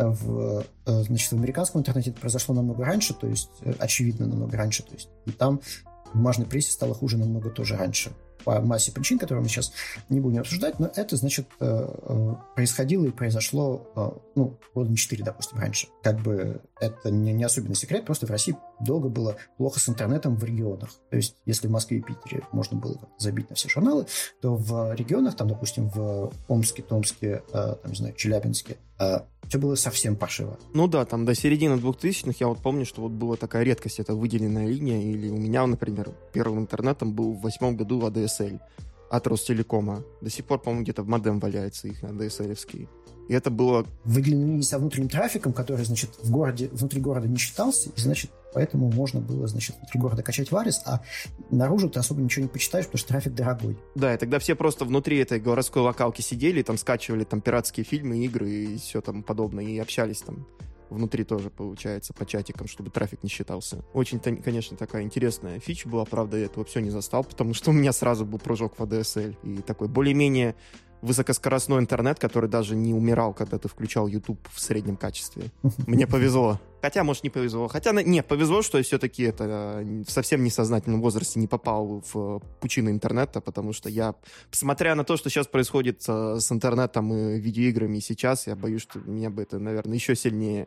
В, э, значит, в американском интернете это произошло намного раньше, то есть э, очевидно намного раньше. То есть и там в бумажной прессе стало хуже намного тоже раньше. По массе причин, которые мы сейчас не будем обсуждать, но это, значит, происходило и произошло, ну, года четыре, допустим, раньше. Как бы это не, не особенный секрет, просто в России долго было плохо с интернетом в регионах. То есть, если в Москве и Питере можно было забить на все журналы, то в регионах, там, допустим, в Омске, Томске, там, не знаю, Челябинске, все было совсем паршиво. Ну да, там до середины двухтысячных я вот помню, что вот была такая редкость, это выделенная линия, или у меня, например, первым интернетом был в восьмом году эй ди эс эл от Ростелекома. До сих пор, по-моему, где-то в модем валяется их эй ди эс эл-евский. И это было... Выделенные линии со внутренним трафиком, который, значит, в городе, внутри города не считался, и, значит, поэтому можно было, значит, внутри города качать варис, а наружу ты особо ничего не почитаешь, потому что трафик дорогой. Да, и тогда все просто внутри этой городской локалки сидели, там скачивали там пиратские фильмы, игры и все там подобное, и общались там внутри тоже, получается, по чатикам, чтобы трафик не считался. Очень, конечно, такая интересная фича была, правда, я этого все не застал, потому что у меня сразу был прыжок в эй ди эс эл, и такой более-менее высокоскоростной интернет, который даже не умирал, когда ты включал YouTube в среднем качестве. Мне повезло. Хотя, может, не повезло. Хотя, нет, повезло, что я все-таки это в совсем несознательном возрасте не попал в пучину интернета, потому что я, смотря на то, что сейчас происходит с интернетом и видеоиграми сейчас, я боюсь, что меня бы это, наверное, еще сильнее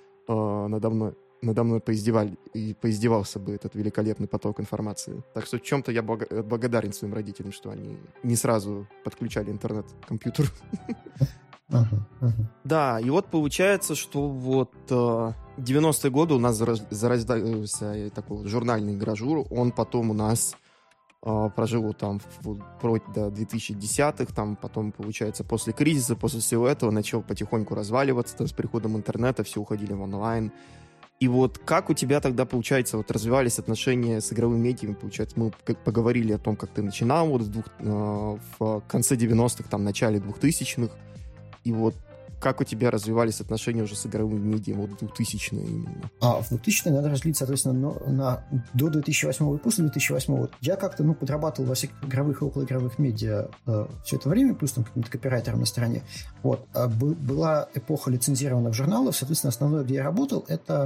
э, надо мной надо мной поиздевали, и поиздевался бы этот великолепный поток информации. Так что в чем-то я благ- благодарен своим родителям, что они не сразу подключали интернет к компьютеру. Uh-huh, uh-huh. Да, и вот получается, что вот э, девяностые годы у нас зарож- зарождался такой вот журнальный гражур, он потом у нас э, прожил вот там вплоть до две тысячи десятых, там потом, получается, после кризиса, после всего этого начал потихоньку разваливаться, там, с приходом интернета все уходили в онлайн. И вот как у тебя тогда, получается, вот развивались отношения с игровыми медиами? Получается, мы поговорили о том, как ты начинал вот в, двух, э, в конце девяностых, там, начале двухтысячных. И вот как у тебя развивались отношения уже с игровыми медиами, вот двухтысячные именно? А, в двухтысячные надо разделить, соответственно, на, на, до две тысячи восьмого и после две тысячи восьмого. Я как-то, ну, подрабатывал во всех игровых и околоигровых медиа э, все это время, плюс там каким-то копирайтером на стороне. Вот. А б, была эпоха лицензированных журналов, соответственно, основное, где я работал, это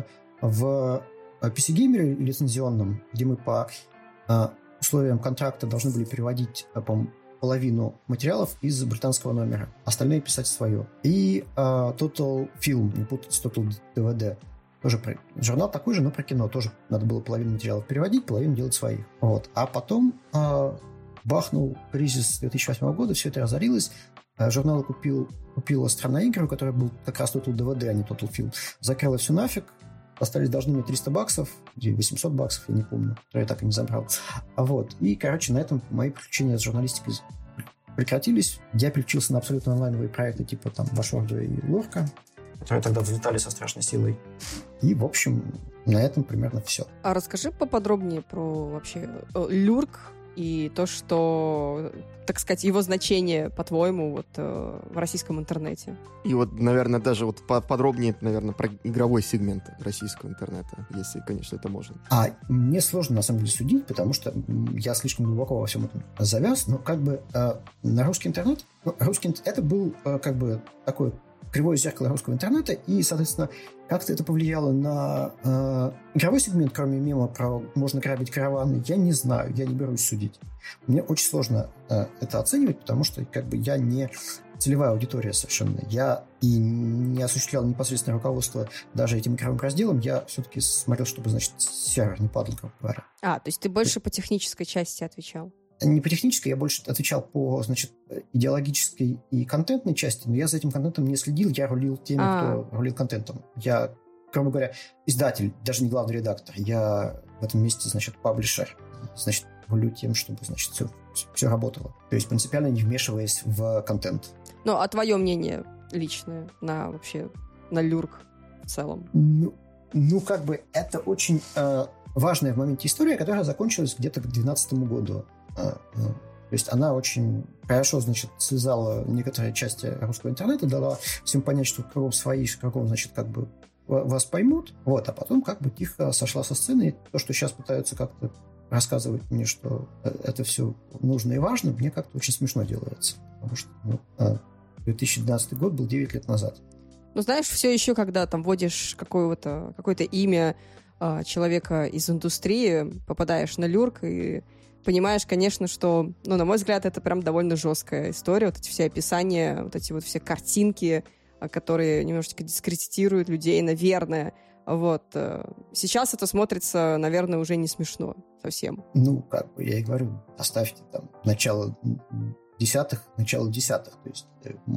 в пи си Gamer лицензионном, где мы по э, условиям контракта должны были переводить, по-моему, половину материалов из британского номера, остальные писать свое. И э, Total Film, не путать с Total ди ви ди. Тоже про... журнал такой же, но про кино. Тоже надо было половину материалов переводить, половину делать своих. Вот. А потом э, бахнул кризис две тысячи восьмого года, все это разорилось. Э, журнал купил, купила страна игр, у которой был как раз Total ди ви ди, а не Total Film. Закрыла все нафиг. Остались должны мне триста баксов, или восемьсот баксов, я не помню, которые я так и не забрал. Вот. И, короче, на этом мои приключения с журналистикой прекратились. Я переключился на абсолютно онлайновые проекты типа там Вашорда и Лорка, которые тогда взлетали со страшной силой. И, в общем, на этом примерно все. А расскажи поподробнее про вообще Люрк и то, что, так сказать, его значение, по-твоему, вот, в российском интернете. И вот, наверное, даже вот подробнее, наверное, про игровой сегмент российского интернета, если, конечно, это можно. А мне сложно, на самом деле, судить, потому что я слишком глубоко во всем этом завяз, но как бы э, на русский интернет, ну, русский это был э, как бы такой кривое зеркало русского интернета, и, соответственно, как-то это повлияло на э, игровой сегмент, кроме мема про «можно грабить караваны», я не знаю, я не берусь судить. Мне очень сложно э, это оценивать, потому что как бы я не целевая аудитория совершенно. Я и не осуществлял непосредственное руководство даже этим игровым разделом, я все-таки смотрел, чтобы, значит, сервер не падал, как говоря. А, то есть ты больше по технической части отвечал? Не по технической, я больше отвечал по, значит, идеологической и контентной части, но я за этим контентом не следил, я рулил теми, А-а-а. кто рулил контентом. Я, грубо говоря, издатель, даже не главный редактор. Я в этом месте, значит, паблишер. Значит, рулю тем, чтобы, значит, все, все работало. То есть принципиально не вмешиваясь в контент. Ну, а твое мнение личное на вообще, на Люрк в целом? Ну, ну как бы, это очень э, важная в моменте история, которая закончилась где-то к две тысячи двенадцатому году. То есть она очень хорошо, значит, связала некоторые части русского интернета, дала всем понять, что кругом свои, кругом, значит, как бы вас поймут, вот, а потом как бы тихо сошла со сцены, и то, что сейчас пытаются как-то рассказывать мне, что это все нужно и важно, мне как-то очень смешно делается, потому что ну, две тысячи двенадцатый год был девять лет назад. Ну, знаешь, все еще, когда там вводишь какое-то, какое-то имя э, человека из индустрии, попадаешь на Люрк и понимаешь, конечно, что, ну, на мой взгляд, это прям довольно жесткая история. Вот эти все описания, вот эти вот все картинки, которые немножечко дискредитируют людей, наверное. Вот. Сейчас это смотрится, наверное, уже не смешно совсем. Ну, как бы я и говорю, оставьте там начало десятых, начало десятых. То есть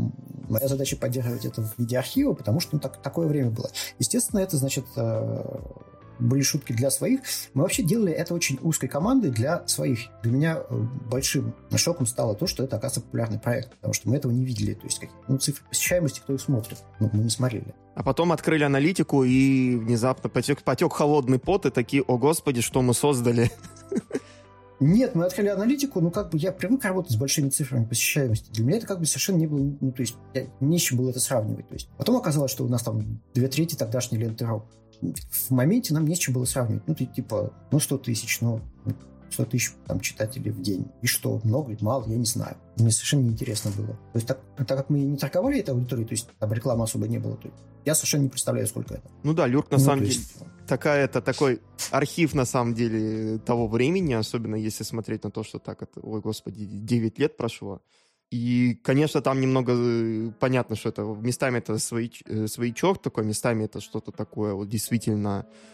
моя задача поддерживать это в виде архива, потому что ну, так, такое время было. Естественно, это, значит, были шутки для своих. Мы вообще делали это очень узкой командой для своих. Для меня большим шоком стало то, что это, оказывается, популярный проект, потому что мы этого не видели. То есть, ну, цифры посещаемости, кто их смотрит, но мы не смотрели. А потом открыли аналитику, и внезапно потек, потек холодный пот, и такие, о господи, что мы создали. Нет, мы открыли аналитику, ну, как бы я привык работать с большими цифрами посещаемости. Для меня это как бы совершенно не было, ну, то есть, я, не с чем было это сравнивать. То есть, потом оказалось, что у нас там две трети тогдашней ленты РО. В моменте нам не с чем было сравнивать. Ну, ты типа, ну, сто тысяч, ну, сто тысяч там читателей в день. И что, много или мало, я не знаю. Мне совершенно неинтересно было. То есть, так, так как мы не торговали этой аудиторией, то есть, там рекламы особо не было, то я совершенно не представляю, сколько это. Ну да, Люрк, на ну, самом есть... деле, такая, это такой архив, на самом деле, того времени, особенно если смотреть на то, что так, это, ой, господи, девять лет прошло. И, конечно, там немного понятно, что это местами это свои, своячок такой, местами это что-то такое вот действительно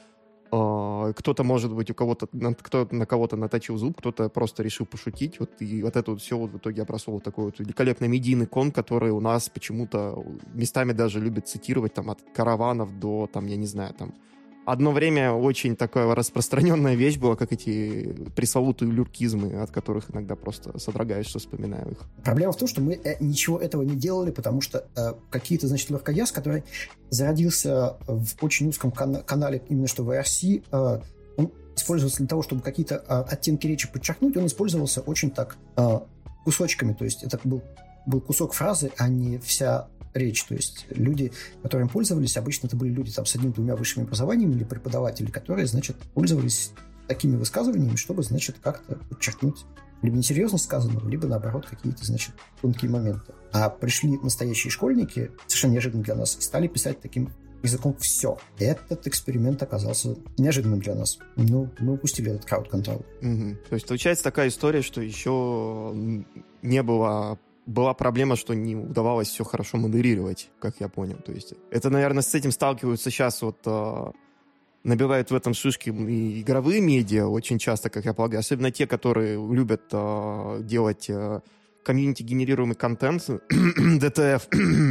Кто-то, может быть, у кого-то, кто-то на кого-то наточил зуб, кто-то просто решил пошутить. Вот, и вот это вот все вот в итоге обросло вот такой вот великолепный медийный кон, который у нас почему-то местами даже любят цитировать там от караванов до, там, я не знаю, там... Одно время очень такая распространенная вещь была, как эти пресловутые люркизмы, от которых иногда просто содрогаешься, вспоминаю их. Проблема в том, что мы э, ничего этого не делали, потому что э, какие-то, значит, луркояз, который зародился в очень узком кан- канале, именно что в ай ар си, э, он использовался для того, чтобы какие-то э, оттенки речи подчеркнуть, он использовался очень так э, кусочками, то есть это был, был кусок фразы, а не вся речь, то есть люди, которыми пользовались, обычно это были люди там, с одним-двумя высшими образованиями или преподаватели, которые, значит, пользовались такими высказываниями, чтобы, значит, как-то подчеркнуть либо несерьезность сказанного, либо, наоборот, какие-то, значит, тонкие моменты. А пришли настоящие школьники, совершенно неожиданно для нас, и стали писать таким языком все. Этот эксперимент оказался неожиданным для нас. Ну, мы упустили этот крауд-контрол. Угу. То есть получается такая история, что еще не было... Была проблема, что не удавалось все хорошо модерировать, как я понял. То есть это, наверное, с этим сталкиваются сейчас вот э, набивают в этом шишки и игровые медиа очень часто, как я полагаю. Особенно те, которые любят э, делать э, комьюнити-генерируемый контент, ди ти эф.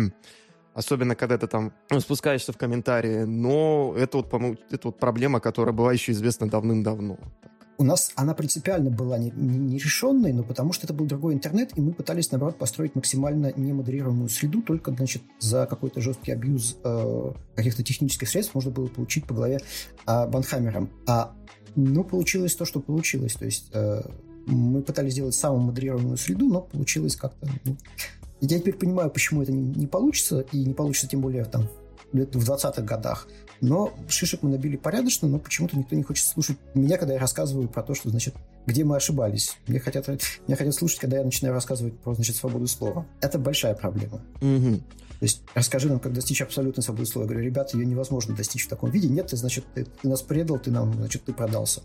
Особенно, когда ты там ну, спускаешься в комментарии. Но это вот, по-моему, это вот проблема, которая была еще известна давным-давно. У нас она принципиально была не, не, не решенной, но потому что это был другой интернет, и мы пытались, наоборот, построить максимально немодерируемую среду, только, значит, за какой-то жесткий абьюз э, каких-то технических средств можно было получить по голове э, банхаммером. А, ну, получилось то, что получилось. То есть э, мы пытались сделать самую модерируемую среду, но получилось как-то... Ну, я теперь понимаю, почему это не, не получится, и не получится тем более там в двадцатых годах. Но шишек мы набили порядочно, но почему-то никто не хочет слушать меня, когда я рассказываю про то, что, значит, где мы ошибались. Мне хотят, меня хотят слушать, когда я начинаю рассказывать про, значит, свободу слова. Это большая проблема. Mm-hmm. То есть расскажи нам, как достичь абсолютной свободы слова. Я говорю, ребята, ее невозможно достичь в таком виде. Нет, ты, значит, ты, ты нас предал, ты нам, значит, ты продался.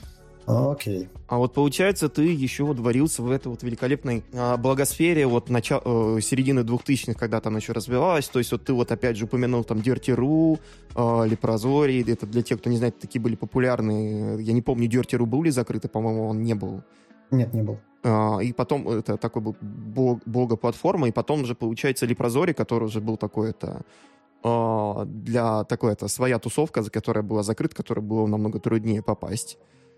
Окей. А вот получается, ты еще вот варился в этой вот великолепной а, благосфере вот начала, э, середины двухтысячных, когда там еще развивалась. То есть вот ты вот опять же упомянул там Dirty.ru, э, Leprosary. Это для тех, кто не знает, такие были популярные. Я не помню, Dirty.ru был ли закрытый, по-моему, он не был. Нет, не был. А, и потом это такой был блога-платформа, и потом уже получается Leprosary, который уже был такой это э, для такой это своя тусовка, которая была закрыта, которой было намного труднее попасть.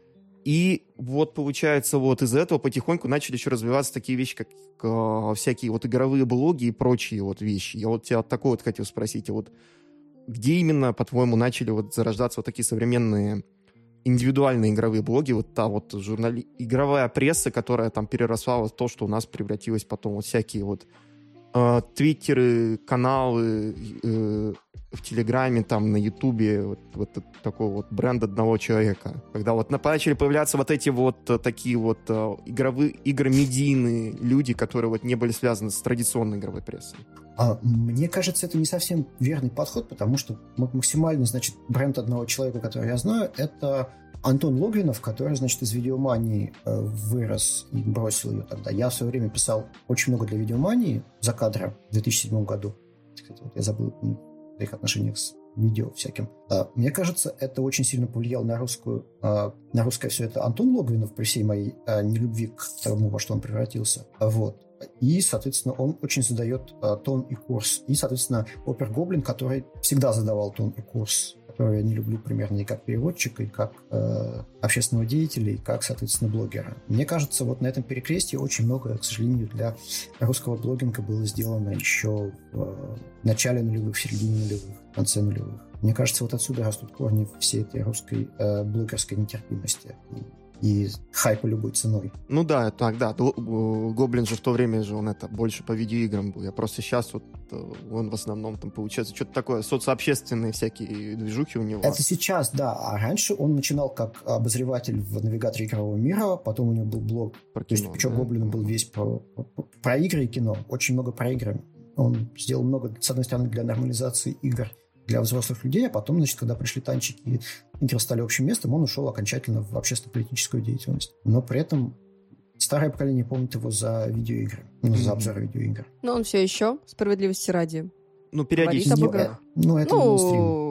И вот, получается, вот из этого потихоньку начали еще развиваться такие вещи, как э, всякие вот игровые блоги и прочие вот вещи. Я вот тебя такое вот хотел спросить, а вот где именно, по-твоему, начали вот зарождаться вот такие современные индивидуальные игровые блоги, вот та вот журнали... игровая пресса, которая там переросла в то, что у нас превратилось потом вот всякие вот э, твиттеры, каналы э, в Телеграме, там, на Ютубе, вот, вот такой вот бренд одного человека. Когда вот начали появляться вот эти вот такие вот uh, игровые, игромедийные люди, которые вот не были связаны с традиционной игровой прессой. А, мне кажется, это не совсем верный подход, потому что максимально, значит, бренд одного человека, который я знаю, это Антон Логвинов, который, значит, из «Видеомании» э, вырос и бросил ее тогда. Я в свое время писал очень много для «Видеомании» за кадром в две тысячи седьмом году. Кстати, вот я забыл в их отношениях с видео всяким. А, мне кажется, это очень сильно повлияло на русскую, а, на русское все это Антон Логвинов при всей моей а, нелюбви к тому, во что он превратился. А, вот. И, соответственно, он очень задает а, тон и курс. И, соответственно, Опер Гоблин, который всегда задавал тон и курс, который я не люблю примерно и как переводчика, и как э, общественного деятеля, и как, соответственно, блогера. Мне кажется, вот на этом перекрестии очень много, к сожалению, для русского блогинга было сделано еще в э, начале нулевых, в середине нулевых, в конце нулевых. Мне кажется, вот отсюда растут корни всей этой русской э, блогерской нетерпимости и хайпа любой ценой. Ну да, так, да. Гоблин же в то время же он это больше по видеоиграм был. Я просто сейчас вот он в основном там получается что-то такое, социообщественные всякие движухи у него. Это сейчас, да. А раньше он начинал как обозреватель в навигаторе игрового мира, потом у него был блог. Про кино, то есть, причем да? Гоблин был весь про, про, про игры и кино. Очень много про игры. Он сделал много, с одной стороны, для нормализации игр для взрослых людей, а потом, значит, когда пришли танчики и игры стали общим местом, он ушел окончательно в общественно-политическую деятельность. Но при этом старое поколение помнит его за видеоигры, ну, за обзоры видеоигр. Но он все еще, справедливости ради, ну, периодически. Ну, это ну,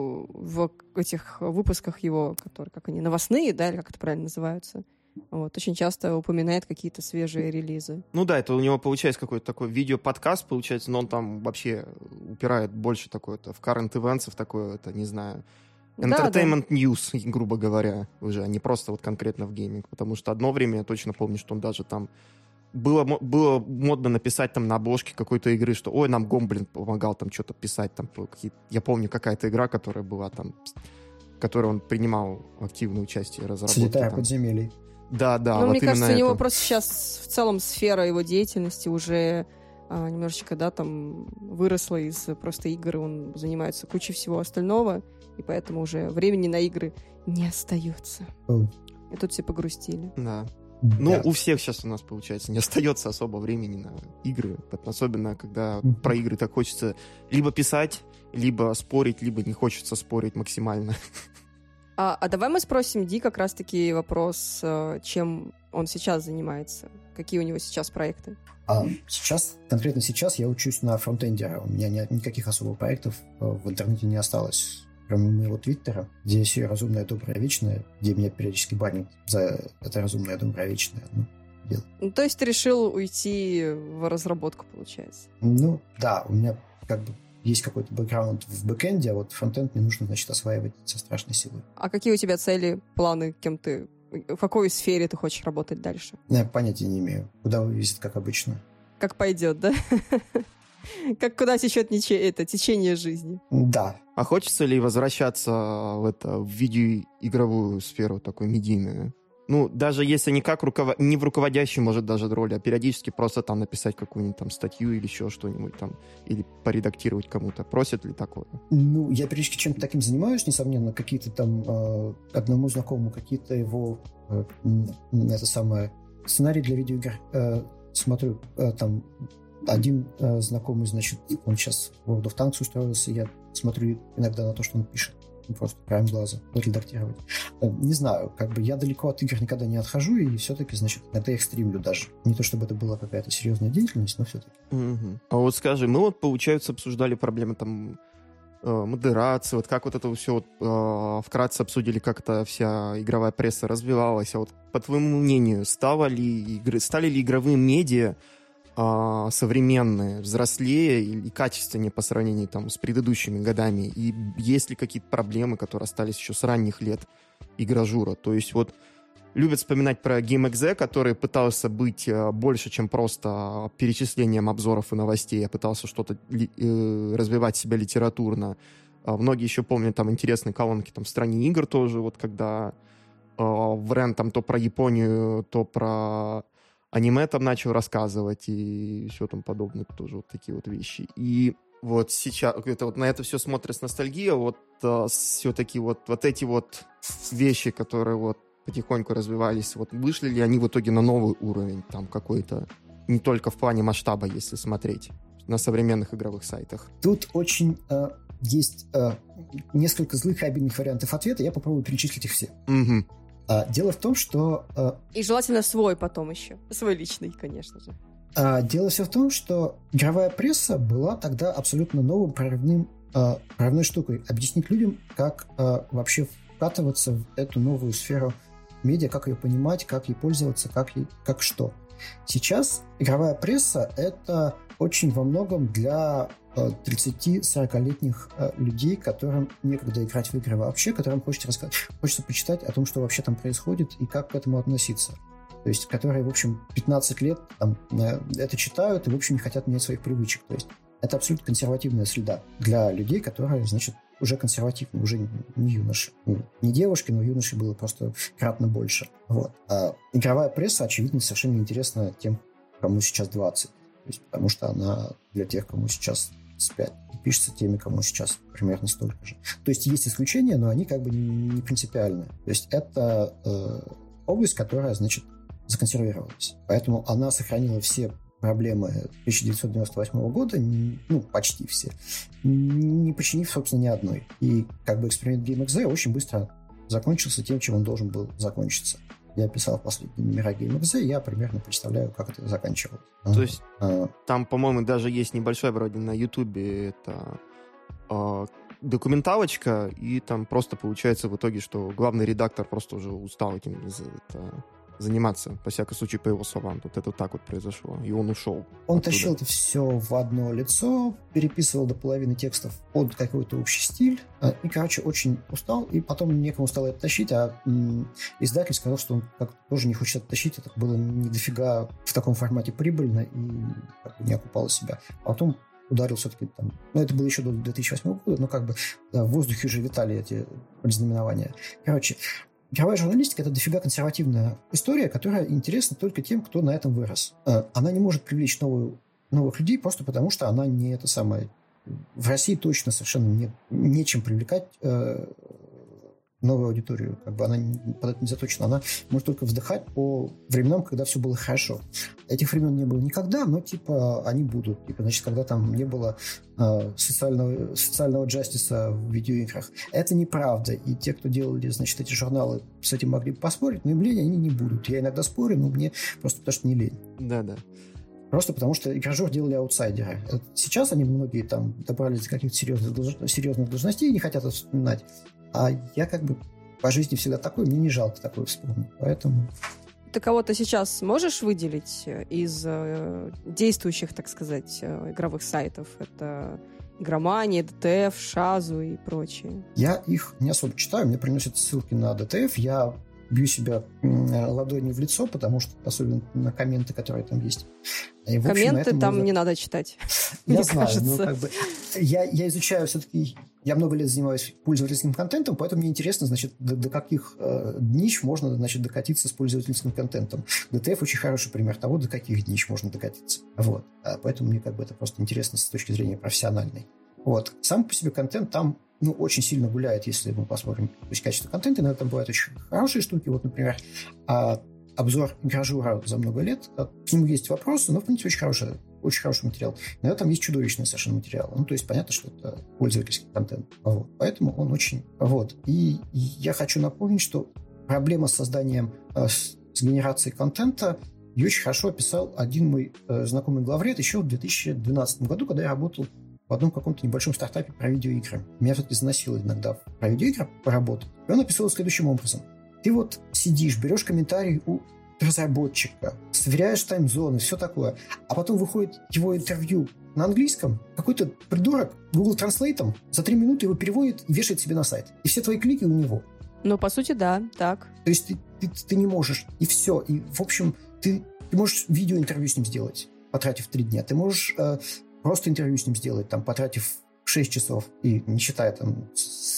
в этих выпусках его, которые, как они, новостные, да, или как это правильно называются, вот, очень часто упоминает какие-то свежие релизы. Ну да, это у него получается какой-то такой видео-подкаст, получается, но он там вообще упирает больше такое-то в current events, в такое, это, не знаю, entertainment да, news, да. грубо говоря, уже, а не просто вот конкретно в гейминг, потому что одно время я точно помню, что он даже там Было, было модно написать там на обложке какой-то игры, что ой, нам Гомблин помогал там что-то писать. Там, я помню, какая-то игра, которая была там, в которой он принимал активное участие в разработке. Слетая подземелий. Да, да. Ну, вот мне кажется, это. у него просто сейчас в целом сфера его деятельности уже а, немножечко, да, там выросла из просто игр, он занимается кучей всего остального, и поэтому уже времени на игры не остается. Oh. И тут все погрустили. Да. Ну, yeah. у всех сейчас у нас, получается, не остается особо времени на игры, особенно когда mm-hmm. про игры так хочется либо писать, либо спорить, либо не хочется спорить максимально. А, а давай мы спросим Ди как раз-таки вопрос, чем он сейчас занимается, какие у него сейчас проекты. А сейчас, конкретно сейчас я учусь на фронтендера, у меня ни, никаких особых проектов в интернете не осталось. Кроме моего твиттера, где все разумное, доброе, вечное, где меня периодически банят за это разумное, доброе, вечное. Ну, дело. Ну, то есть ты решил уйти в разработку, получается? Ну, да, у меня как бы есть какой-то бэкграунд в бэкэнде, а вот фронтенд мне нужно, значит, осваивать со страшной силой. А какие у тебя цели, планы, кем ты, в какой сфере ты хочешь работать дальше? Я понятия не имею. Куда вывезет, как обычно. Как пойдет, да? Как куда течет это течение жизни. Да. А хочется ли возвращаться в это в видеоигровую сферу, такую медийную? Ну, даже если не как руковод... не в руководящей, может, даже роли, а периодически просто там написать какую-нибудь там статью или еще что-нибудь там, или поредактировать кому-то. Просят ли такое? Ну, я периодически чем-то таким занимаюсь, несомненно, какие-то там э, одному знакомому, какие-то его э, это самое сценарий для видеоигр э, смотрю, э, там один э, знакомый, значит, он сейчас в World of Tanks устроился, я смотрю иногда на то, что он пишет. Просто краем глаза редактировать. Э, не знаю, как бы я далеко от игр никогда не отхожу, и все-таки, значит, иногда их стримлю даже. Не то, чтобы это была какая-то серьезная деятельность, но все-таки. Угу. А вот скажи, мы вот, получается, обсуждали проблемы там э, модерации, вот как вот это все вот, э, вкратце обсудили, как эта вся игровая пресса развивалась. А вот по твоему мнению, стало ли игры, стали ли игровые медиа современные, взрослее и качественнее по сравнению там, с предыдущими годами? И есть ли какие-то проблемы, которые остались еще с ранних лет игражура? То есть вот любят вспоминать про GameXZ, который пытался быть больше, чем просто перечислением обзоров и новостей, а пытался что-то э, развивать себя литературно. А многие еще помнят там интересные колонки там, в стране игр тоже, вот когда э, Врен там то про Японию, то про аниме там начал рассказывать и все там подобное, тоже вот такие вот вещи. И вот сейчас, это вот на это все смотрят с ностальгией, вот а, все-таки вот, вот эти вот вещи, которые вот потихоньку развивались, вот вышли ли они в итоге на новый уровень там какой-то, не только в плане масштаба, если смотреть, на современных игровых сайтах? Тут очень э, есть э, несколько злых и обидных вариантов ответа, я попробую перечислить их все. Угу. А, дело в том, что... А, и желательно свой потом еще. Свой личный, конечно же. А, дело все в том, что игровая пресса была тогда абсолютно новым прорывным, а, прорывной штукой. Объяснить людям, как а, вообще вкатываться в эту новую сферу медиа, как ее понимать, как ей пользоваться, как, ей, как что. Сейчас игровая пресса — это очень во многом для тридцати-сорокалетних людей, которым некогда играть в игры вообще, которым хочется, рассказать, хочется почитать о том, что вообще там происходит и как к этому относиться. То есть, которые, в общем, пятнадцать лет там, это читают и, в общем, не хотят менять своих привычек. То есть, это абсолютно консервативная среда для людей, которые, значит, уже консервативны, уже не юноши. Не девушки, но юношей было просто кратно больше. Вот. А игровая пресса, очевидно, совершенно неинтересна тем, кому сейчас двадцать. То есть, потому что она для тех, кому сейчас пять, пишется теми, кому сейчас примерно столько же. То есть есть исключения, но они как бы не, не принципиальные. То есть это э, область, которая, значит, законсервировалась. Поэтому она сохранила все проблемы тысяча девятьсот девяносто восьмого года, не, ну, почти все, не починив, собственно, ни одной. И как бы эксперимент GameXZ очень быстро закончился тем, чем он должен был закончиться. Я писал последние номера GameXZ, я примерно представляю, как это заканчивалось. То есть а, там, по-моему, даже есть небольшой, вроде на Ютубе, это а, документалочка, и там просто получается в итоге, что главный редактор просто уже устал этим это, заниматься, по всякому случаю, по его словам. Вот это так вот произошло, и он ушел. Он оттуда. Тащил это все в одно лицо, переписывал до половины текстов под какой-то общий стиль, и, короче, очень устал, и потом некому стало это тащить, а м, издатель сказал, что он как тоже не хочет это тащить, это было не дофига в таком формате прибыльно, и как бы не окупало себя. А потом ударил все-таки там, ну, это было еще до две тысячи восьмого года, но как бы да, в воздухе уже витали эти предзнаменования. Короче, игровая журналистика — это дофига консервативная история, которая интересна только тем, кто на этом вырос. Она не может привлечь новую, новых людей просто потому, что она не это самое... В России точно совершенно не, нечем привлекать э, новую аудиторию. Как бы она под это не заточена. Она может только вздыхать по временам, когда все было хорошо. Этих времен не было никогда, но типа они будут. Типа, значит, когда там не было э, социального, социального джастиса в видеоиграх. Это неправда. И те, кто делали, значит, эти журналы, с этим могли бы поспорить, но им лень они не будут. Я иногда спорю, но мне просто потому что не лень. Да-да. Просто потому что игражур делали аутсайдеры. Сейчас они многие там добрались до каких-то серьезных, серьезных должностей и не хотят это вспоминать. А я как бы по жизни всегда такой, мне не жалко такое вспомнить. Поэтому... Ты кого-то сейчас можешь выделить из э, действующих, так сказать, э, игровых сайтов? Это Игромания, ДТФ, Шазу и прочие. Я их не особо читаю, мне приносят ссылки на ДТФ, я бью себя ладонью в лицо, потому что, особенно на комменты, которые там есть. И, в общем, комменты там можно... не надо читать. Я знаю, но как бы я, я изучаю все-таки, я много лет занимаюсь пользовательским контентом, поэтому мне интересно, значит, до, до каких э, днищ можно, значит, докатиться с пользовательским контентом. ДТФ очень хороший пример того, до каких днищ можно докатиться. Вот. А поэтому мне как бы это просто интересно с точки зрения профессиональной. Вот. Сам по себе контент там ну, очень сильно гуляет, если мы посмотрим то есть, качество контента. Иногда там бывают очень хорошие штуки. Вот, например, а, обзор игражура за много лет. А, к нему есть вопросы, но, в принципе, очень хороший, очень хороший материал. Иногда там есть чудовищный совершенно материал. Ну, то есть, понятно, что это пользовательский контент. Вот. Поэтому он очень... Вот. И, и я хочу напомнить, что проблема с созданием, э, с, с генерацией контента ее очень хорошо описал один мой э, знакомый главред еще в две тысячи двенадцатом году, когда я работал в одном каком-то небольшом стартапе про видеоигры. Меня все-таки заносило иногда про видеоигры поработать. И он описывал следующим образом. Ты вот сидишь, берешь комментарий у разработчика, сверяешь таймзоны, все такое, а потом выходит его интервью на английском, какой-то придурок Google Translate за три минуты его переводит и вешает себе на сайт. И все твои клики у него. Ну, по сути, да, так. То есть ты, ты, ты не можешь, и все. И, в общем, ты, ты можешь видеоинтервью с ним сделать, потратив три дня. Ты можешь... Э, Просто интервью с ним сделать, там, потратив шесть часов, и не считая там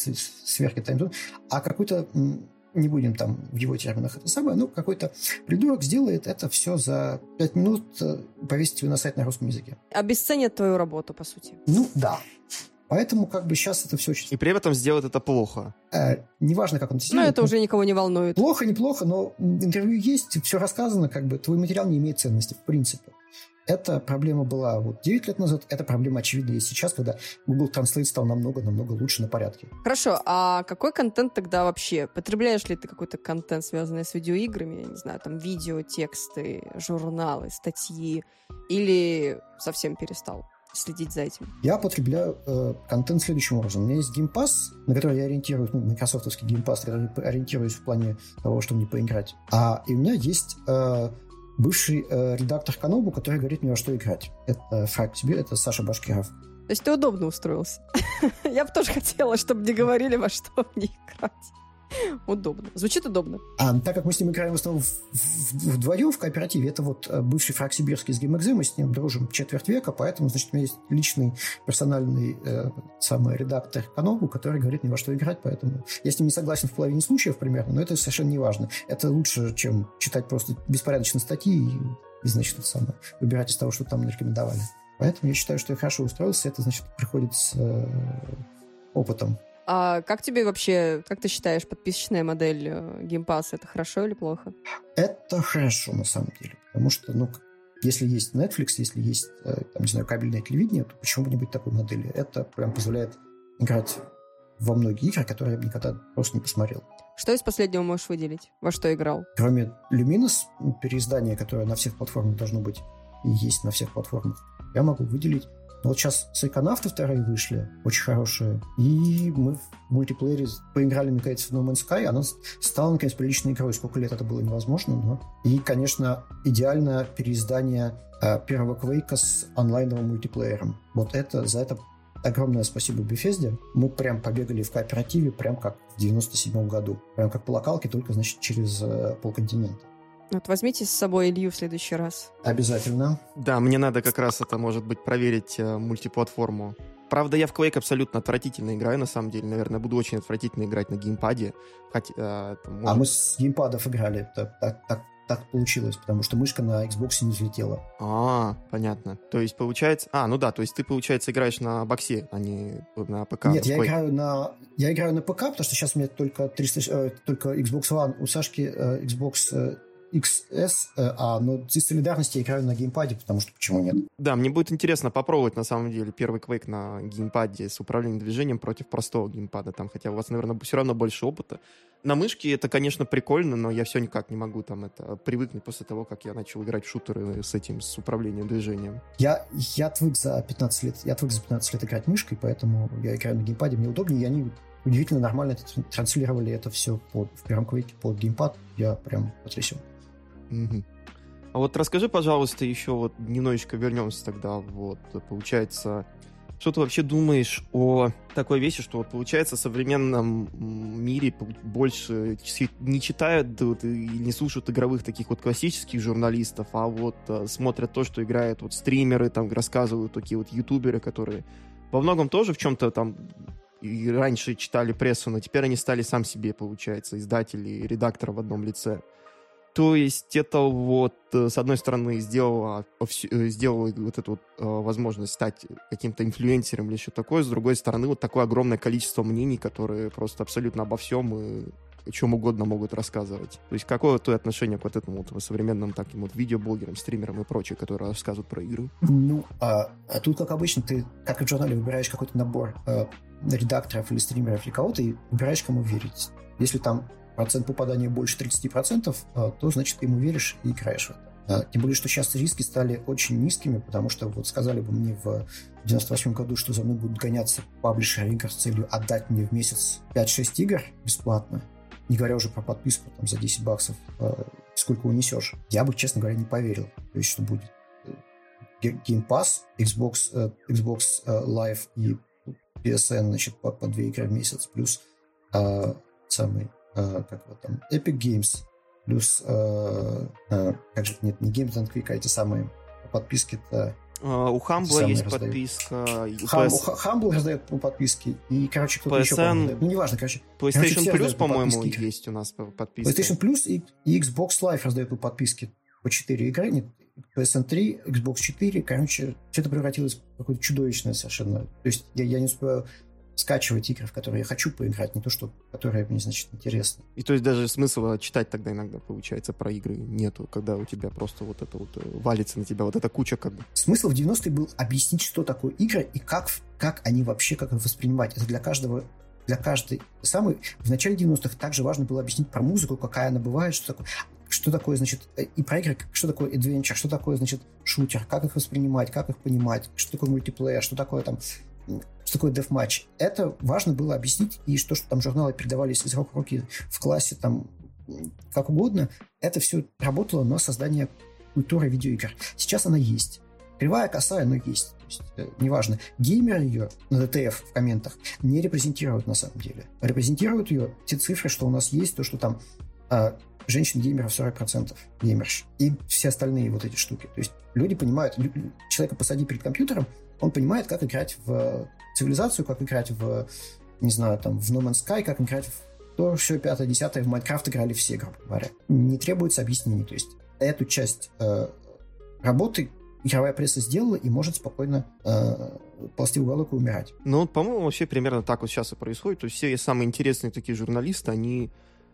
сверхи таймзон, а какой-то, не будем там в его терминах это самое, но какой-то придурок сделает это все за пять минут, повесить его на сайт на русском языке. Обесценят твою работу, по сути. Ну, да. Поэтому как бы сейчас это все очень... И при этом сделает это плохо. Э, неважно, как он это сделает. Ну, это уже никого не волнует. Плохо, неплохо, но интервью есть, все рассказано, как бы твой материал не имеет ценности, в принципе. Эта проблема была вот девять лет назад, эта проблема очевидна и сейчас, когда Google Translate стал намного-намного лучше на порядке. Хорошо, а какой контент тогда вообще? Потребляешь ли ты какой-то контент, связанный с видеоиграми? Я не знаю, там видео, тексты, журналы, статьи? Или совсем перестал следить за этим? Я потребляю э, контент следующим образом. У меня есть Game Pass, на который я ориентируюсь, ну, майкрософтовский Game Pass, на который я ориентируюсь в плане того, чтобы мне поиграть. А и у меня есть... Э, бывший э, редактор Канобу, который говорит мне, во что играть. Это факт тебе, это Саша Башкиров. То есть ты удобно устроился. Я бы тоже хотела, чтобы мне говорили, во что мне играть. Удобно. Звучит удобно. А так как мы с ним играем в основном в, в, вдвоем в кооперативе, это вот бывший фраг сибирский из GameXZ, мы с ним дружим четверть века, поэтому, значит, у меня есть личный персональный э, самый редактор Канобу, который говорит мне, во что играть, поэтому я с ним не согласен в половине случаев примерно, но это совершенно не важно. Это лучше, чем читать просто беспорядочные статьи и, и значит, это самое, выбирать из того, что там нарекомендовали. Поэтому я считаю, что я хорошо устроился, это, значит, приходит с э, опытом. А как тебе вообще, как ты считаешь, подписочная модель Game Pass, это хорошо или плохо? Это хорошо, на самом деле. Потому что, ну, если есть Netflix, если есть, там, не знаю, кабельное телевидение, то почему бы не быть такой модели? Это прям позволяет играть во многие игры, которые я бы никогда просто не посмотрел. Что из последнего можешь выделить? Во что играл? Кроме Luminous, переиздания, которое на всех платформах должно быть и есть на всех платформах, я могу выделить Но вот сейчас Psychonauts вторые вышли, очень хорошие, и мы в мультиплеере поиграли, наконец, в No Man's Sky, она стала, наконец, приличной игрой. Сколько лет это было невозможно, но... И, конечно, идеальное переиздание э, первого Quake с онлайновым мультиплеером. Вот это, за это огромное спасибо Bethesda. Мы прям побегали в кооперативе, прям как в девяносто седьмом году. Прям как по локалке, только, значит, через э, полконтинента. Вот возьмите с собой Илью в следующий раз. Обязательно. Да, мне надо как раз это, может быть, проверить э, мультиплатформу. Правда, я в Quake абсолютно отвратительно играю, на самом деле. Наверное, буду очень отвратительно играть на геймпаде. Хотя, э, может... А мы с геймпадов играли. Так, так, так, так получилось, потому что мышка на Xbox не взлетела. А, понятно. То есть, получается... А, ну да, то есть ты, получается, играешь на боксе, а не на ПК. Нет, я играю на... Я играю на ПК, потому что сейчас у меня только, триста, э, только Xbox One, у Сашки э, Xbox... Э, икс эс, а, но из солидарности я играю на геймпаде, потому что почему нет? Да, мне будет интересно попробовать, на самом деле, первый Quake на геймпаде с управлением движением против простого геймпада, там, хотя у вас, наверное, все равно больше опыта. На мышке это, конечно, прикольно, но я все никак не могу там это привыкнуть после того, как я начал играть в шутеры с этим, с управлением движением. Я, я отвык за пятнадцать лет, я отвык за пятнадцать лет играть мышкой, поэтому я играю на геймпаде, мне удобнее, и они удивительно нормально это, транслировали это все под, в первом Quake под геймпад, я прям потрясен. Угу. А вот расскажи, пожалуйста, еще вот немножечко вернемся тогда, вот, получается, что ты вообще думаешь о такой вещи, что вот, получается, в современном мире больше не читают вот, и не слушают игровых таких вот классических журналистов, а вот а, смотрят то, что играют вот стримеры, там рассказывают такие вот ютуберы, которые во многом тоже в чем-то там и раньше читали прессу, но теперь они стали сам себе, получается, издатели и редакторы в одном лице. То есть это вот, с одной стороны, сделало, сделало вот эту вот возможность стать каким-то инфлюенсером или еще такое, с другой стороны, вот такое огромное количество мнений, которые просто абсолютно обо всем и о чем угодно могут рассказывать. То есть какое твое отношение к вот этому вот современным таким вот видеоблогерам, стримерам и прочее, которые рассказывают про игры? Ну, а, а тут, как обычно, ты, как и в журнале, выбираешь какой-то набор а, редакторов или стримеров или кого-то и выбираешь, кому верить. Если там процент попадания больше тридцать процентов, то, значит, ты ему веришь и играешь в это. Тем более, что сейчас риски стали очень низкими, потому что вот сказали бы мне в девяносто восьмом году, что за мной будут гоняться паблишеры игр с целью отдать мне в месяц пять-шесть игр бесплатно, не говоря уже про подписку там, за десять баксов, сколько унесешь. Я бы, честно говоря, не поверил, то есть, что будет Game Pass, Xbox, Xbox Live и пи эс эн, значит, по, по две игры в месяц, плюс а, самый Uh, как вот там, Epic Games, плюс, uh, uh, как же, нет, не Games and Quick, а эти самые подписки-то... Uh, у Humble есть раздают. Подписка. Hum, PS... Humble раздает по подписке, и, короче, кто-то пи эс эн... еще раздает. Ну, неважно, короче. PlayStation короче, Plus, по-моему, есть у нас подписка. PlayStation Plus и, и Xbox Live раздают по подписке по четыре игры, нет, пи эс эн три, Xbox четыре, короче, что-то превратилось в какое-то чудовищное совершенно. То есть я, я не успеваю скачивать игры, в которые я хочу поиграть, не то, что которые мне, значит, интересны. И то есть даже смысла читать тогда иногда, получается, про игры нету, когда у тебя просто вот это вот валится на тебя, вот эта куча как бы. Смысл в девяностые был объяснить, что такое игры и как, как они вообще, как их воспринимать. Это для каждого, для каждой самой... В начале девяностых также важно было объяснить про музыку, какая она бывает, что такое... Что такое, значит, и про игры, что такое adventure, что такое, значит, шутер, как их воспринимать, как их понимать, что такое мультиплеер, что такое там... Что такое дефматч? Это важно было объяснить, и что, что там журналы передавались из рук в руки в классе, там, как угодно, это все работало на создание культуры видеоигр. Сейчас она есть. Кривая, косая, но есть. То есть, э, неважно. Геймеры ее на ди ти эф в комментах не репрезентируют на самом деле. Репрезентируют ее те цифры, что у нас есть, то, что там э, женщин-геймеров сорок процентов геймерш. И все остальные вот эти штуки. То есть люди понимают, человека посади перед компьютером, он понимает, как играть в цивилизацию, как играть в, не знаю, там, в No Man's Sky, как играть в то, все пятое, десятое, в Майнкрафт играли все, грубо говоря. Не требуется объяснений. То есть эту часть э, работы игровая пресса сделала и может спокойно э, ползти в уголок и умирать. Ну, по-моему, вообще примерно так вот сейчас и происходит. То есть все самые интересные такие журналисты, они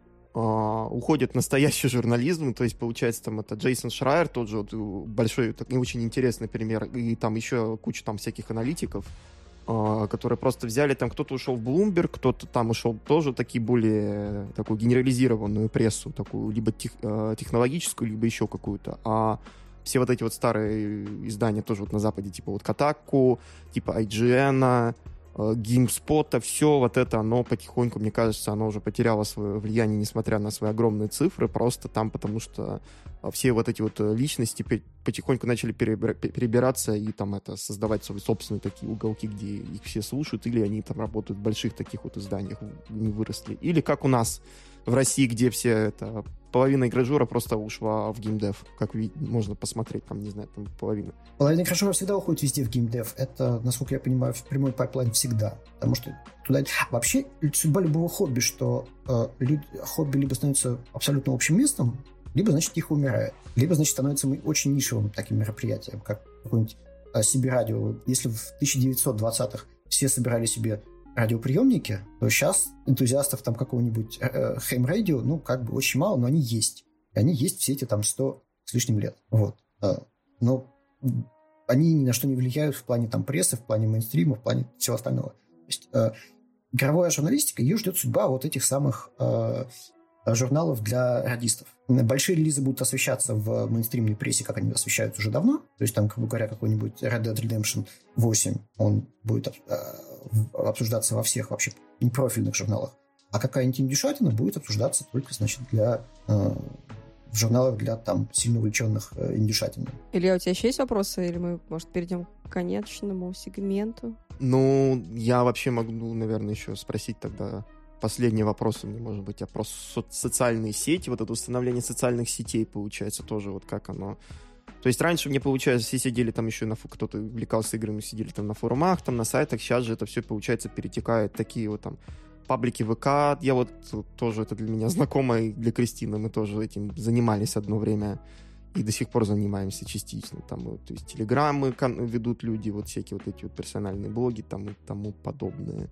Uh, уходит настоящий журнализм, то есть, получается, там это Джейсон Шрайер, тот же вот, большой, так, очень интересный пример, и там еще куча там всяких аналитиков, uh, которые просто взяли, там кто-то ушел в Bloomberg, кто-то там ушел тоже такие более такую генерализированную прессу, такую либо тех, uh, технологическую, либо еще какую-то, а все вот эти вот старые издания тоже вот на Западе, типа вот Kotaku, типа ай джи эн, GameSpot, все вот это, оно потихоньку, мне кажется, оно уже потеряло свое влияние, несмотря на свои огромные цифры, просто там, потому что все вот эти вот личности потихоньку начали перебираться и там это, создавать свои собственные такие уголки, где их все слушают, или они там работают в больших таких вот изданиях, не выросли. Или как у нас в России, где все это... Половина игражура просто ушла в геймдев. Как ви- можно посмотреть, там, не знаю, там половина. Половина игражура всегда уходит везде в геймдев. Это, насколько я понимаю, в прямой пайплайн всегда. Потому что туда... Вообще, судьба любого хобби, что э, люди... хобби либо становится абсолютно общим местом, либо, значит, тихо умирает. Либо, значит, становится очень нишевым таким мероприятием, как какое-нибудь э, си би-радио. Если в тысяча девятьсот двадцатых все собирали себе радиоприемники, то сейчас энтузиастов там какого-нибудь э, хэм-радио, ну, как бы очень мало, но они есть. И они есть все эти там сто с лишним лет. Вот. Э, но они ни на что не влияют в плане там прессы, в плане мейнстрима, в плане всего остального. То есть э, игровая журналистика, ее ждет судьба вот этих самых э, журналов для радистов. Большие релизы будут освещаться в мейнстримной прессе, как они освещаются уже давно. То есть там, как бы говоря, какой-нибудь Red Dead Redemption восемь, он будет э, обсуждаться во всех вообще непрофильных журналах. А какая-нибудь индюшатина будет обсуждаться только, значит, для... Э, в журналах для там сильно увлеченных э, индюшатин. Илья, у тебя еще есть вопросы? Или мы, может, перейдем к конечному сегменту? Ну, я вообще могу, наверное, еще спросить тогда последний вопрос у меня, может быть, а про со- социальные сети, вот это установление социальных сетей, получается, тоже вот как оно... То есть раньше, мне получается, все сидели там еще, на фу... кто-то увлекался играми, сидели там на форумах, там на сайтах, сейчас же это все, получается, перетекает такие вот там паблики ВК, я вот тоже, это для меня знакомо, и для Кристины мы тоже этим занимались одно время и до сих пор занимаемся частично. Там, вот, то есть телеграммы ведут люди, вот всякие вот эти вот персональные блоги там и тому подобное.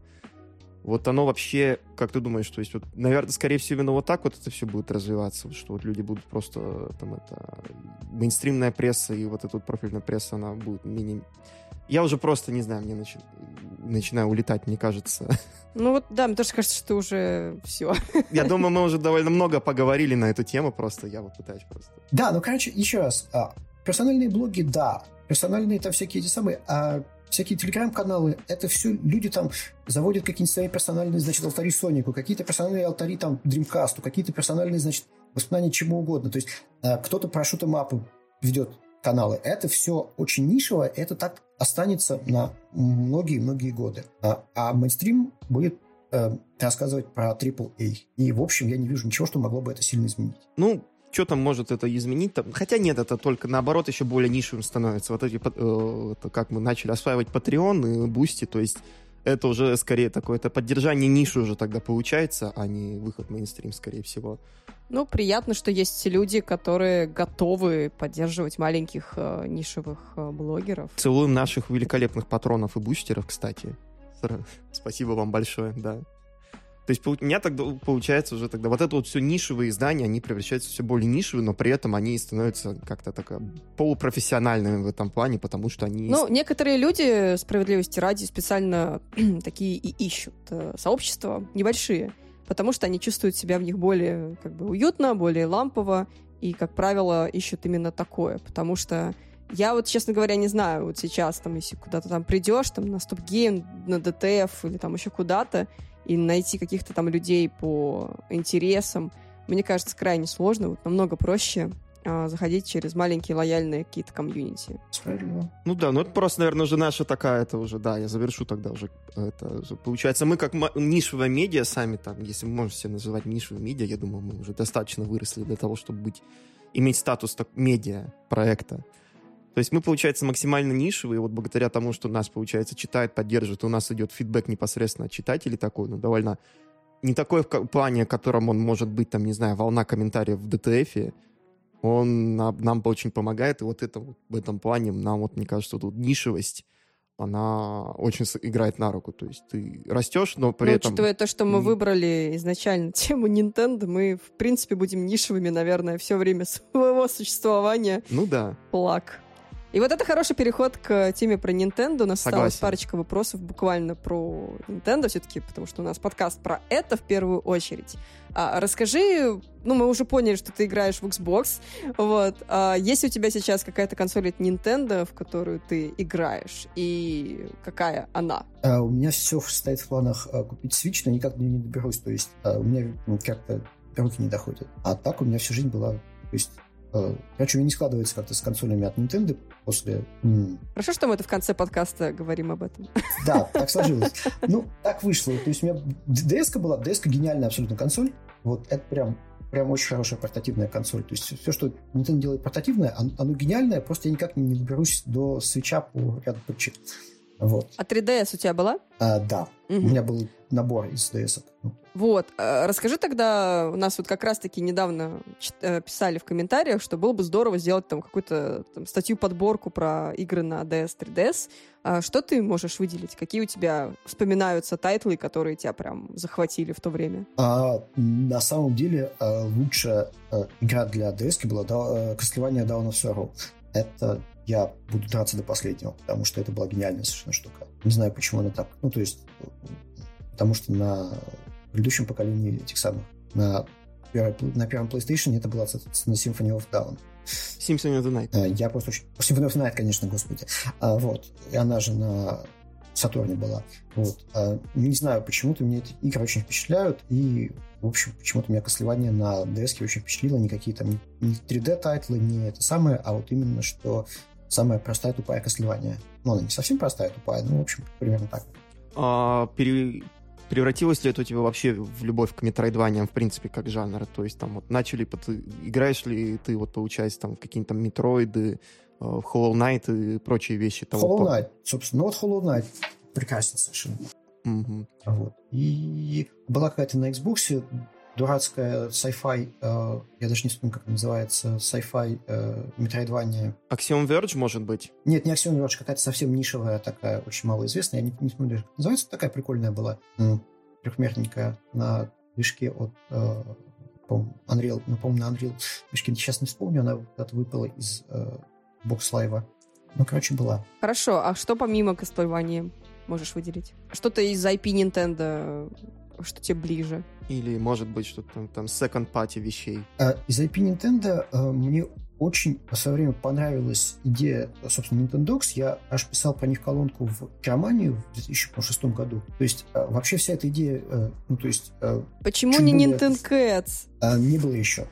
Вот оно вообще, как ты думаешь, то есть, вот, наверное, скорее всего, именно вот так вот это все будет развиваться, что вот люди будут просто, там, это, мейнстримная пресса и вот эта вот профильная пресса, она будет менее... Я уже просто, не знаю, мне начи... начинаю улетать, мне кажется. Ну вот, да, мне тоже кажется, что уже все. Я думаю, мы уже довольно много поговорили на эту тему, просто я вот пытаюсь просто... Да, ну, короче, еще раз. А, персональные блоги, да. Персональные там всякие эти самые... А всякие телеграм-каналы, это все люди там заводят какие-нибудь свои персональные, значит, алтари Сонику, какие-то персональные алтари там Dreamcast, какие-то персональные, значит, воспоминания чему угодно. То есть а, кто-то про шутэмапы ведет каналы. Это все очень нишево, это так останется на многие-многие годы. А, а мейнстрим будет э, рассказывать про трипл эй. И, в общем, я не вижу ничего, что могло бы это сильно изменить. Ну, что там может это изменить? Там? Хотя нет, это только наоборот еще более нишевым становится. Вот эти, э, это как мы начали осваивать Patreon и Boosty, то есть это уже скорее такое, это поддержание ниши уже тогда получается, а не выход в мейнстрим, скорее всего. Ну, приятно, что есть люди, которые готовы поддерживать маленьких э, нишевых э, блогеров. Целуем наших великолепных патронов и бустеров, кстати. Спасибо вам большое, да. То есть у меня тогда получается уже тогда вот это вот все нишевые издания, они превращаются все более нишевые, но при этом они становятся как-то так полупрофессиональными в этом плане, потому что они... Ну, некоторые люди, справедливости ради, специально такие и ищут э, сообщества небольшие, потому что они чувствуют себя в них более как бы уютно, более лампово, и, как правило, ищут именно такое, потому что я вот, честно говоря, не знаю, вот сейчас, там, если куда-то там придешь, там, на Стоп-Гейм, на ди ти эф или там еще куда-то, и найти каких-то там людей по интересам, мне кажется, крайне сложно, вот намного проще а, заходить через маленькие лояльные какие-то комьюнити. Справедливо. Ну да, ну это просто, наверное, уже наша такая, это уже, да, я завершу тогда уже. Это, получается, мы как м- нишевая медиа сами там, если мы можем себя называть нишевой медиа, я думаю, мы уже достаточно выросли для того, чтобы быть, иметь статус так, медиа проекта. То есть мы, получается, максимально нишевые, вот благодаря тому, что нас, получается, читает, поддерживает, у нас идет фидбэк непосредственно от читателей такой, ну, довольно не такой в плане, в котором он может быть, там, не знаю, волна комментариев в ди ти эф, он нам, нам очень помогает, и вот это вот в этом плане нам, вот, мне кажется, тут нишевость, она очень играет на руку, то есть ты растешь, но при но, этом... Учитывая то, что мы выбрали изначально тему Nintendo, мы, в принципе, будем нишевыми, наверное, все время своего существования. Ну да. Плак. И вот это хороший переход к теме про Nintendo. У нас Согласен. осталась парочка вопросов буквально про Nintendo все-таки, потому что у нас подкаст про это в первую очередь. А, расскажи, ну, мы уже поняли, что ты играешь в Xbox. Вот. А, есть у тебя сейчас какая-то консоль от Nintendo, в которую ты играешь? И какая она? А, у меня все стоит в планах а, купить Switch, но никак до нее не доберусь. То есть а, у меня ну, как-то руки не доходят. А так у меня всю жизнь была... То есть короче, у меня не складывается как-то с консолями от Nintendo после... Хорошо, что мы это в конце подкаста говорим об этом. Да, так сложилось. Ну, так вышло. То есть у меня ди эс-ка была, ди эс-ка гениальная абсолютно консоль. Вот это прям, прям очень хорошая портативная консоль. То есть все, что Nintendo делает портативное, оно гениальное, просто я никак не доберусь до Switch'а по ряду причин. Вот. А три ди эс у тебя была? А, да. Угу. У меня был набор из ди эс-ок. Вот. Расскажи тогда, у нас вот как раз-таки недавно писали в комментариях, что было бы здорово сделать там какую-то там, статью-подборку про игры на ди эс, три ди эс. Что ты можешь выделить? Какие у тебя вспоминаются тайтлы, которые тебя прям захватили в то время? А, на самом деле лучшая игра для ди эс была Castlevania Dawn of Sorrow. Это я буду драться до последнего, потому что это была гениальная совершенно штука. Не знаю, почему она так. Ну, то есть, потому что на предыдущем поколении этих самых, на, на первом PlayStation это была, соответственно, Symphony of Down. Symphony of the Night. Я просто очень... Symphony of the Night, конечно, господи. А, вот. И она же на Сатурне была. Вот. А, не знаю, почему-то меня эти игры очень впечатляют, и, в общем, почему-то меня Castlevania на ди эс очень впечатлило. Никакие там не три ди-тайтлы, не это самое, а вот именно, что самая простая тупая Castlevania. Ну, она не совсем простая тупая, но, в общем, примерно так. А, пере... Превратилось ли это у тебя вообще в любовь к метроидваниям, в принципе, как жанр? То есть там вот начали... Играешь ли ты, вот, получается, там в какие-то там метроиды, Hollow Knight и прочие вещи? Hollow Knight, собственно. Ну вот Hollow Knight прекрасен совершенно. Угу. Вот. И была какая-то на Xbox дурацкая sci-fi, э, я даже не вспомню, как называется, sci-fi э, метроидвания. Axiom Verge, может быть? Нет, не Axiom Verge, какая-то совсем нишевая, такая, очень малоизвестная. Я не, не вспомню, как называется. Такая прикольная была. М- трехмерненькая на движке от э, Unreal. Ну, по-моему, на Unreal. Движке сейчас не вспомню, она куда-то выпала из э, бокс-лайва. Ну, короче, была. Хорошо, а что помимо Castlevania можешь выделить? Что-то из ай пи Nintendo, что тебе ближе? Или, может быть, что-то там, там second party вещей? А, из ай пи Nintendo а, мне очень в свое время понравилась идея, собственно, Nintendogs. Я аж писал про них колонку в Пироманию в две тысячи шестом году. То есть, а, вообще вся эта идея, а, ну, то есть... А, Почему не Nintendo Cats? А, не было еще.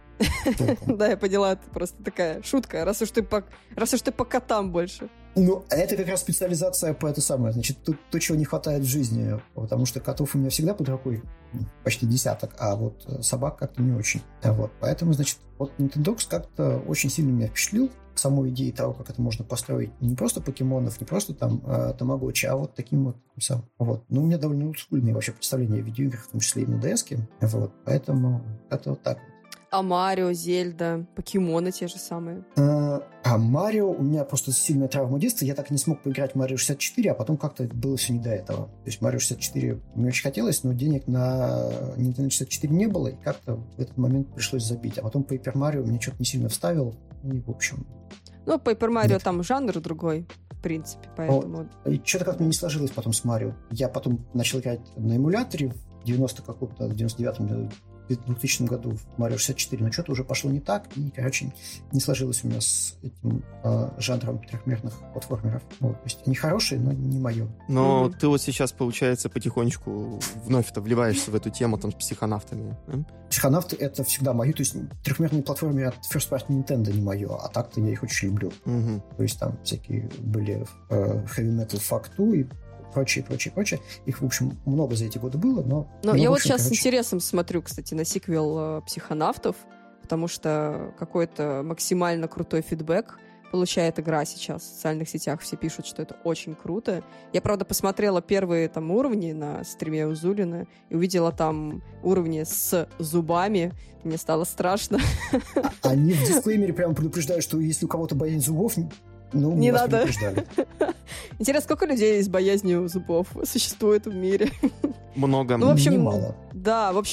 Да, я поняла, это просто такая шутка, раз уж ты по, раз уж ты по котам больше. Ну, это как раз специализация по это самое. Значит, то, то, чего не хватает в жизни. Потому что котов у меня всегда под рукой почти десяток, а вот собак как-то не очень. Вот. Поэтому, значит, вот Nintendogs как-то очень сильно меня впечатлил самой идеей того, как это можно построить не просто покемонов, не просто там э, тамагочи, а вот таким вот самым. Вот. Ну, у меня довольно олдскульные вообще представления о видеоиграх, в том числе и на ди эс-ке. Вот. Поэтому это вот так вот. А Марио, Зельда, покемоны те же самые. А, а Марио, у меня просто сильная травма детства. Я так и не смог поиграть в Марио шестьдесят четыре, а потом как-то было все не до этого. То есть Марио шестьдесят четыре мне очень хотелось, но денег на Nintendo шестьдесят четыре не было, и как-то в этот момент пришлось забить. А потом Paper Mario мне что-то не сильно вставил. И, в общем... Ну, Paper Mario нет. Там жанр другой, в принципе, поэтому... Вот. И что-то как-то не сложилось потом с Марио. Я потом начал играть на эмуляторе в девяностом каком-то, в девяносто девятом в двухтысячном году в Марио шестьдесят четыре, но что-то уже пошло не так, и, короче, не сложилось у меня с этим э, жанром трехмерных платформеров. Вот, то есть они хорошие, но не мое. Но mm-hmm. ты вот сейчас, получается, потихонечку вновь-то вливаешься в эту тему там с психонавтами. Да? Психонавты — это всегда мое, то есть трехмерные платформеры от First Party Nintendo не мое, а так-то я их очень люблю. Mm-hmm. То есть там всякие были э, Heavy Metal Factu и прочее, прочее, прочее. Их, в общем, много за эти годы было, но... Но ну, я общем, вот сейчас короче... с интересом смотрю, кстати, на сиквел э, «Психонавтов», потому что какой-то максимально крутой фидбэк получает игра сейчас в социальных сетях. Все пишут, что это очень круто. Я, правда, посмотрела первые там уровни на стриме у Зулина и увидела там уровни с зубами. Мне стало страшно. Они в дисклеймере прямо предупреждают, что если у кого-то боязнь зубов... Ну, не надо. Интересно, сколько людей с боязнью зубов существует в мире? Много. Ну, в общем, немало. Да, в общем,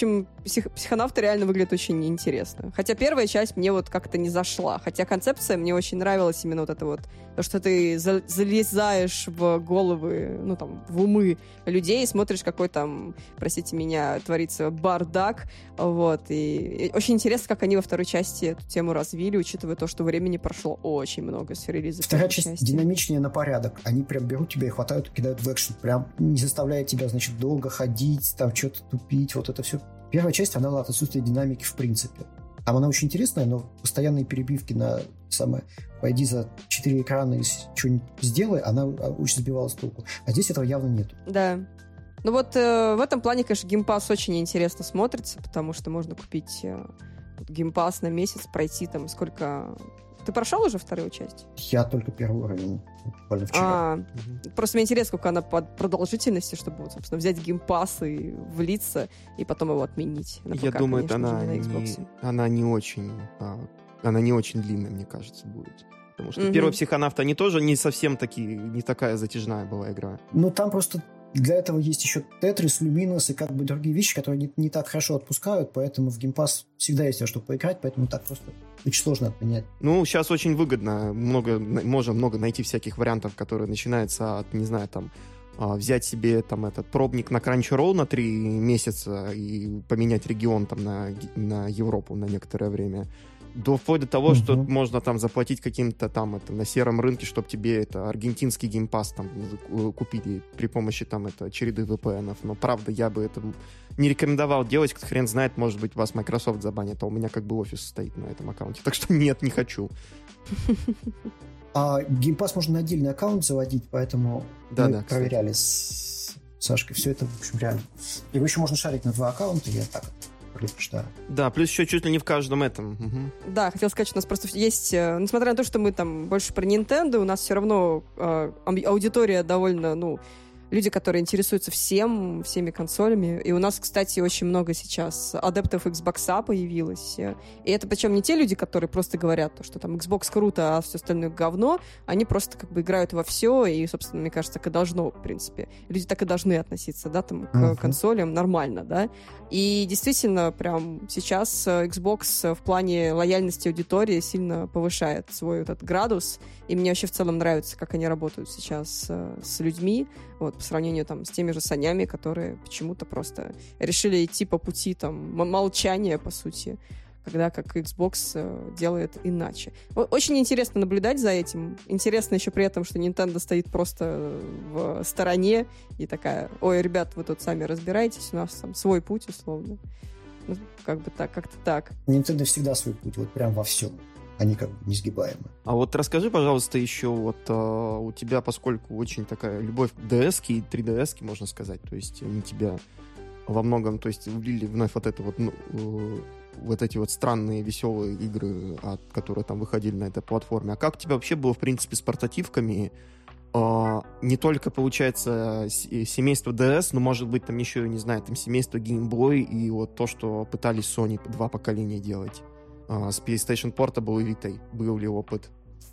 псих, психонавты реально выглядят очень интересно. Хотя первая часть мне вот как-то не зашла. Хотя концепция мне очень нравилась именно вот это вот, то, что ты за, залезаешь в головы, ну там, в умы людей и смотришь, какой там, простите меня, творится бардак. Вот. И, и очень интересно, как они во второй части эту тему развили, учитывая то, что времени прошло очень много с релиза. Вторая часть части. Динамичнее на порядок. Они прям берут тебя и хватают, кидают в экшен. Прям не заставляя тебя, значит, долго ходить, там что-то тупить. Вот это все. Первая часть, она от отсутствия динамики в принципе. Там она очень интересная, но постоянные перебивки на самое «пойди за четыре экрана и что-нибудь сделай», она очень сбивала с толку. А здесь этого явно нет. Да. Ну вот э, в этом плане, конечно, геймпасс очень интересно смотрится, потому что можно купить э, геймпасс на месяц, пройти там сколько... Ты прошел уже вторую часть? Я только первый уровень, буквально вчера. А, угу. Просто мне интересно, сколько она по продолжительности, чтобы, вот, собственно, взять геймпасс и влиться, и потом его отменить. На ПК, Я думаю, конечно, она, не, не, она не очень... А, она не очень длинная, мне кажется, будет. Потому что угу. первый «Психонавт», они тоже не совсем такие... Не такая затяжная была игра. Ну, там просто... Для этого есть еще Тетрис, Люминос и как бы другие вещи, которые не, не так хорошо отпускают, поэтому в геймпасс всегда есть во что поиграть, поэтому так просто очень сложно отменять. Ну, сейчас очень выгодно. Много, можно много найти всяких вариантов, которые начинаются от, не знаю, там, взять себе там этот пробник на Crunchyroll на три месяца и поменять регион там на, на Европу на некоторое время. До вплоть до того, uh-huh. что можно там заплатить каким-то там это, на сером рынке, чтобы тебе это аргентинский геймпасс там купили при помощи там это череды ви пи эн-ов. Но правда, я бы это не рекомендовал делать, кто хрен знает, может быть, вас Microsoft забанит, а у меня как бы офис стоит на этом аккаунте. Так что нет, не хочу. А геймпасс можно на отдельный аккаунт заводить, поэтому да, мы да, проверяли с Сашкой. Все это, в общем, реально. Его еще можно шарить на два аккаунта, я так предпочитаю. Да, плюс еще чуть ли не в каждом этом. Угу. Да, хотел сказать, что у нас просто есть, несмотря на то, что мы там больше про Nintendo, у нас все равно э, аудитория довольно, ну, люди, которые интересуются всем, всеми консолями. И у нас, кстати, очень много сейчас адептов Xbox появилось. И это причем не те люди, которые просто говорят, что там Xbox круто, а все остальное говно. Они просто как бы играют во все, и, собственно, мне кажется, так и должно, в принципе. Люди так и должны относиться, да, там, к uh-huh. консолям нормально, да. И действительно, прям сейчас Xbox в плане лояльности аудитории сильно повышает свой вот этот градус. И мне вообще в целом нравится, как они работают сейчас с людьми, вот, по сравнению там с теми же Сонями, которые почему-то просто решили идти по пути там молчания, по сути, когда как Xbox делает иначе. Очень интересно наблюдать за этим. Интересно еще при этом, что Nintendo стоит просто в стороне и такая: ой, ребят, вы тут сами разбирайтесь, у нас там свой путь, условно. Ну, как бы так, как-то так. Nintendo всегда свой путь, вот прям во всем. Они как бы несгибаемы. А вот расскажи, пожалуйста, еще вот а, у тебя, поскольку очень такая любовь к ди эс-ке и три ди эс-ке, можно сказать, то есть они тебя во многом, то есть влили вновь вот это вот, ну, вот эти вот странные веселые игры, от, которые там выходили на этой платформе. А как у тебя вообще было, в принципе, с портативками? А, не только, получается, семейство ди эс, но, может быть, там еще, не знаю, там семейство Game Boy и вот то, что пытались Sony два поколения делать. С PlayStation Portable и Vita был ли опыт?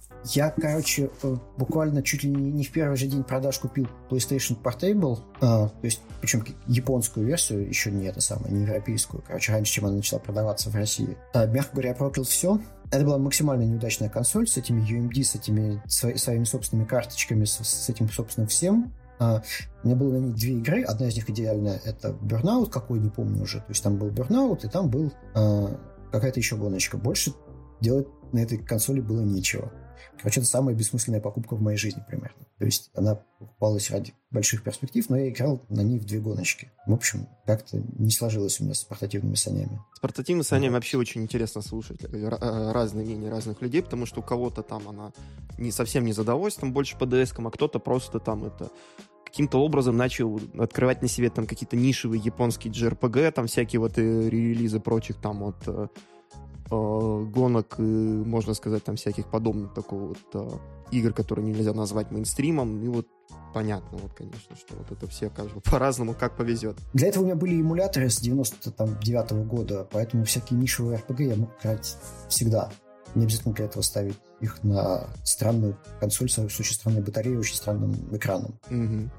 Я, короче, буквально чуть ли не в первый же день продаж купил PlayStation Portable, а, то есть, причем японскую версию, еще не это самое, не европейскую, короче, раньше, чем она начала продаваться в России. А, мягко говоря, я проклял все. Это была максимально неудачная консоль с этими ю эм ди, с этими свои, своими собственными карточками, с, с этим собственным всем. А, у меня было на ней две игры, одна из них идеальная, это Burnout, какой, не помню уже, то есть там был Burnout, и там был а, какая-то еще гоночка. Больше делать на этой консоли было нечего. Короче, это самая бессмысленная покупка в моей жизни примерно. То есть она покупалась ради больших перспектив, но я играл на ней в две гоночки. В общем, как-то не сложилось у меня с портативными Сонями. С портативными Сонями вообще очень интересно слушать разные мнения разных людей, потому что у кого-то там она не совсем не задалась, там больше по ди эс-кам, а кто-то просто там это каким-то образом начал открывать на себе там какие-то нишевые японские джей ар пи джи, там всякие вот релизы прочих там вот э, э, гонок, и, можно сказать, там всяких подобных такого вот э, игр, которые нельзя назвать мейнстримом. И вот понятно, вот, конечно, что вот это все, кажется, по-разному, как повезет. Для этого у меня были эмуляторы с девяносто девятого года, поэтому всякие нишевые ар пи джи я мог играть всегда. Не обязательно для этого ставить их на странную консоль с очень странной батареей, очень странным экраном. Угу.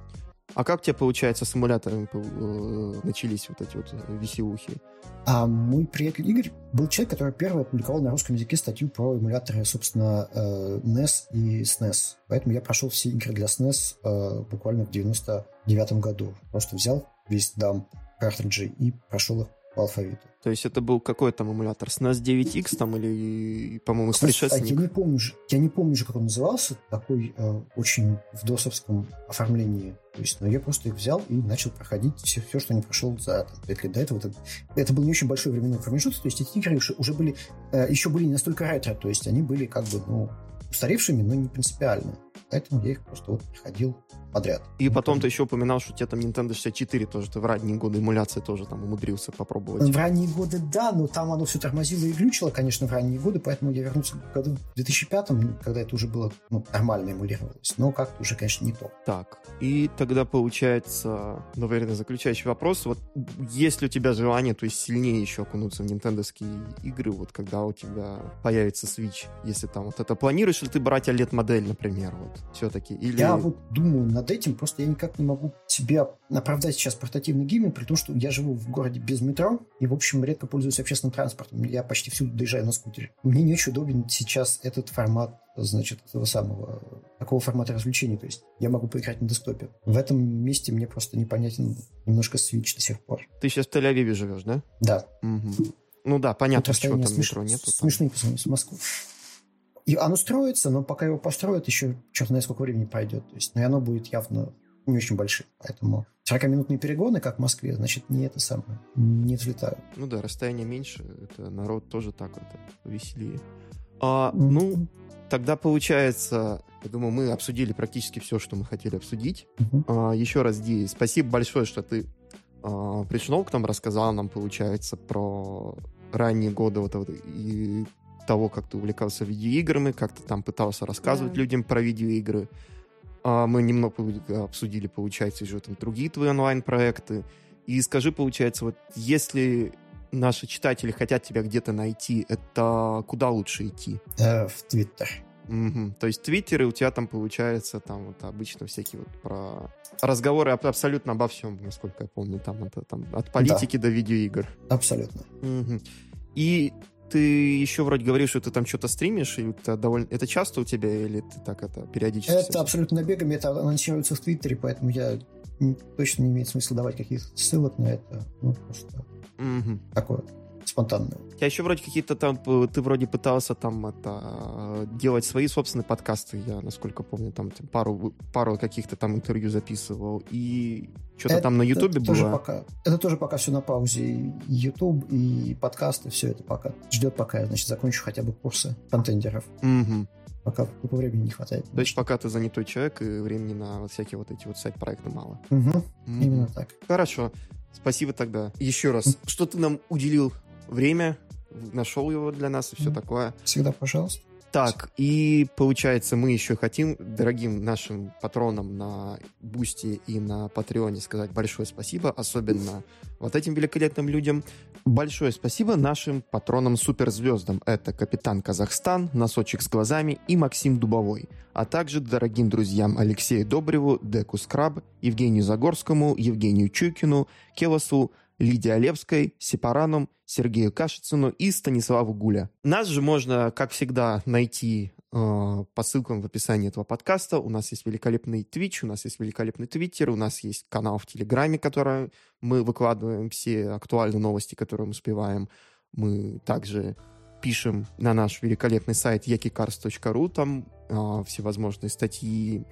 А как у тебя, получается, с эмуляторами э, начались вот эти вот веселухи? А мой приятель Игорь был человек, который первый опубликовал на русском языке статью про эмуляторы, собственно, э, эн и эс и эс эн и эс. Поэтому я прошел все игры для эс эн и эс э, буквально в девяносто девятом году. Просто взял весь дамп картриджей и прошел их по алфавиту. То есть это был какой там эмулятор? эс эн и эс девять икс там или, по-моему, предшественник? Я не помню, я не помню же, как он назывался, такой э, очень в досовском оформлении. То есть, но я просто их взял и начал проходить все, все что не прошел за там, пять лет до этого. Это, это был не очень большой временной промежуток, то есть эти игры уже, уже были, э, еще были не настолько ретро, то есть они были как бы, ну, устаревшими, но не принципиально. Поэтому я их просто вот проходил подряд. И ну, потом ты еще упоминал, что у тебя там Nintendo шестьдесят четыре тоже, ты в ранние годы эмуляции тоже там умудрился попробовать. В ранние годы, да, но там оно все тормозило и глючило, конечно, в ранние годы, поэтому я вернулся в году в две тысячи пятом, когда это уже было ну, нормально эмулировалось, но как-то уже, конечно, не то. Так, и тогда получается, наверное, заключающий вопрос, вот есть ли у тебя желание, то есть сильнее еще окунуться в нинтендовские игры, вот когда у тебя появится Switch, если там вот это, планируешь ли ты брать о лед-модель, например, вот, все-таки, или... Я вот думаю над этим, просто я никак не могу себе оправдать сейчас портативный гейминг, при том, что я живу в городе без метро и, в общем, редко пользуюсь общественным транспортом. Я почти всюду доезжаю на скутере. Мне не очень удобен сейчас этот формат, значит, этого самого, такого формата развлечений. То есть я могу поиграть на десктопе. В этом месте мне просто непонятен немножко Switch до сих пор. Ты сейчас в Тель-Авиве живешь, да? Да. Угу. Ну да, понятно, чего там смеш... метро нету. Смешные по сравнению с Москвой. И оно строится, но пока его построят, еще черт знает сколько времени пройдет. То есть, но и оно будет явно не очень большим. Поэтому сорокаминутные перегоны, как в Москве, значит, не это самое, не взлетают. Ну да, расстояние меньше, это народ тоже так вот веселее. А, mm-hmm. Ну, тогда получается, я думаю, мы обсудили практически все, что мы хотели обсудить. Mm-hmm. А, еще раз, Ди, спасибо большое, что ты а, пришел к нам, рассказал нам, получается, про ранние годы вот, вот, и того, как ты увлекался видеоиграми, как ты там пытался рассказывать yeah. людям про видеоигры. А, мы немного обсудили, получается, еще там другие твои онлайн-проекты. И скажи, получается, вот если наши читатели хотят тебя где-то найти, это куда лучше идти? Э, в Твиттер. Угу. То есть твиттеры у тебя там, получается, там вот обычно всякие вот про разговоры об, абсолютно обо всем, насколько я помню, там, это, там от политики да. до видеоигр. Абсолютно. Угу. И ты еще вроде говоришь, что ты там что-то стримишь, и это довольно... Это часто у тебя, или ты так это периодически? Это абсолютно набегами, это анонсируется в Твиттере, поэтому я не, точно не имеет смысла давать каких-то ссылок на это. Ну, просто угу. такое спонтанное. Я еще вроде какие-то там... Ты вроде пытался там это... делать свои собственные подкасты, я, насколько помню, там пару, пару каких-то там интервью записывал, и что-то это там на Ютубе было. Пока, это тоже пока все на паузе. Ютуб и подкасты, все это пока ждет, пока я, значит, закончу хотя бы курсы контендеров. Угу. Пока по времени не хватает. То есть пока ты занятой человек, и времени на вот всякие вот эти вот сайт-проекты мало. Угу. Угу. Именно так. Хорошо. Спасибо тогда. Еще раз. Что ты нам уделил время, нашел его для нас и все mm. такое. Всегда пожалуйста. Так, и получается, мы еще хотим дорогим нашим патронам на Бусти и на Патреоне сказать большое спасибо, особенно вот этим великолепным людям. Большое спасибо нашим патронам-суперзвездам. Это Капитан Казахстан, Носочек с глазами и Максим Дубовой. А также дорогим друзьям Алексею Добреву, Деку Скраб, Евгению Загорскому, Евгению Чуйкину, Келосу, Лидии Олевской, Сепарану, Сергею Кашицыну и Станиславу Гуля. Нас же можно, как всегда, найти э, по ссылкам в описании этого подкаста. У нас есть великолепный Twitch, у нас есть великолепный Twitter, у нас есть канал в Телеграме, который мы выкладываем все актуальные новости, которые мы успеваем. Мы также пишем на наш великолепный сайт якикарс точка ру, там э, всевозможные статьи,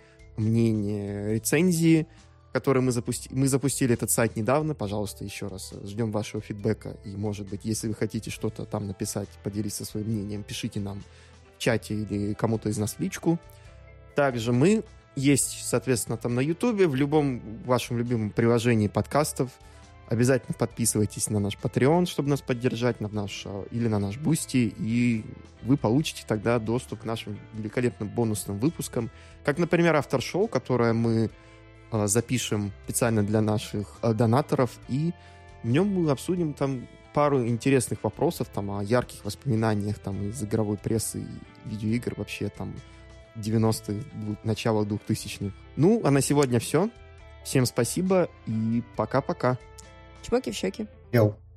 мнения, рецензии, который мы запустили. Мы запустили этот сайт недавно. Пожалуйста, еще раз ждем вашего фидбэка. И, может быть, если вы хотите что-то там написать, поделиться своим мнением, пишите нам в чате или кому-то из нас в личку. Также мы есть, соответственно, там на Ютубе, в любом вашем любимом приложении подкастов. Обязательно подписывайтесь на наш Patreon, чтобы нас поддержать, на наш, или на наш Boosty, и вы получите тогда доступ к нашим великолепным бонусным выпускам. Как, например, автор-шоу, которое мы запишем специально для наших э, донаторов, и в нем мы обсудим там пару интересных вопросов там о ярких воспоминаниях там из игровой прессы и видеоигр вообще там девяностых, начала двухтысячных. Ну, а на сегодня все. Всем спасибо и пока-пока. Чмоки в щеки. Йоу.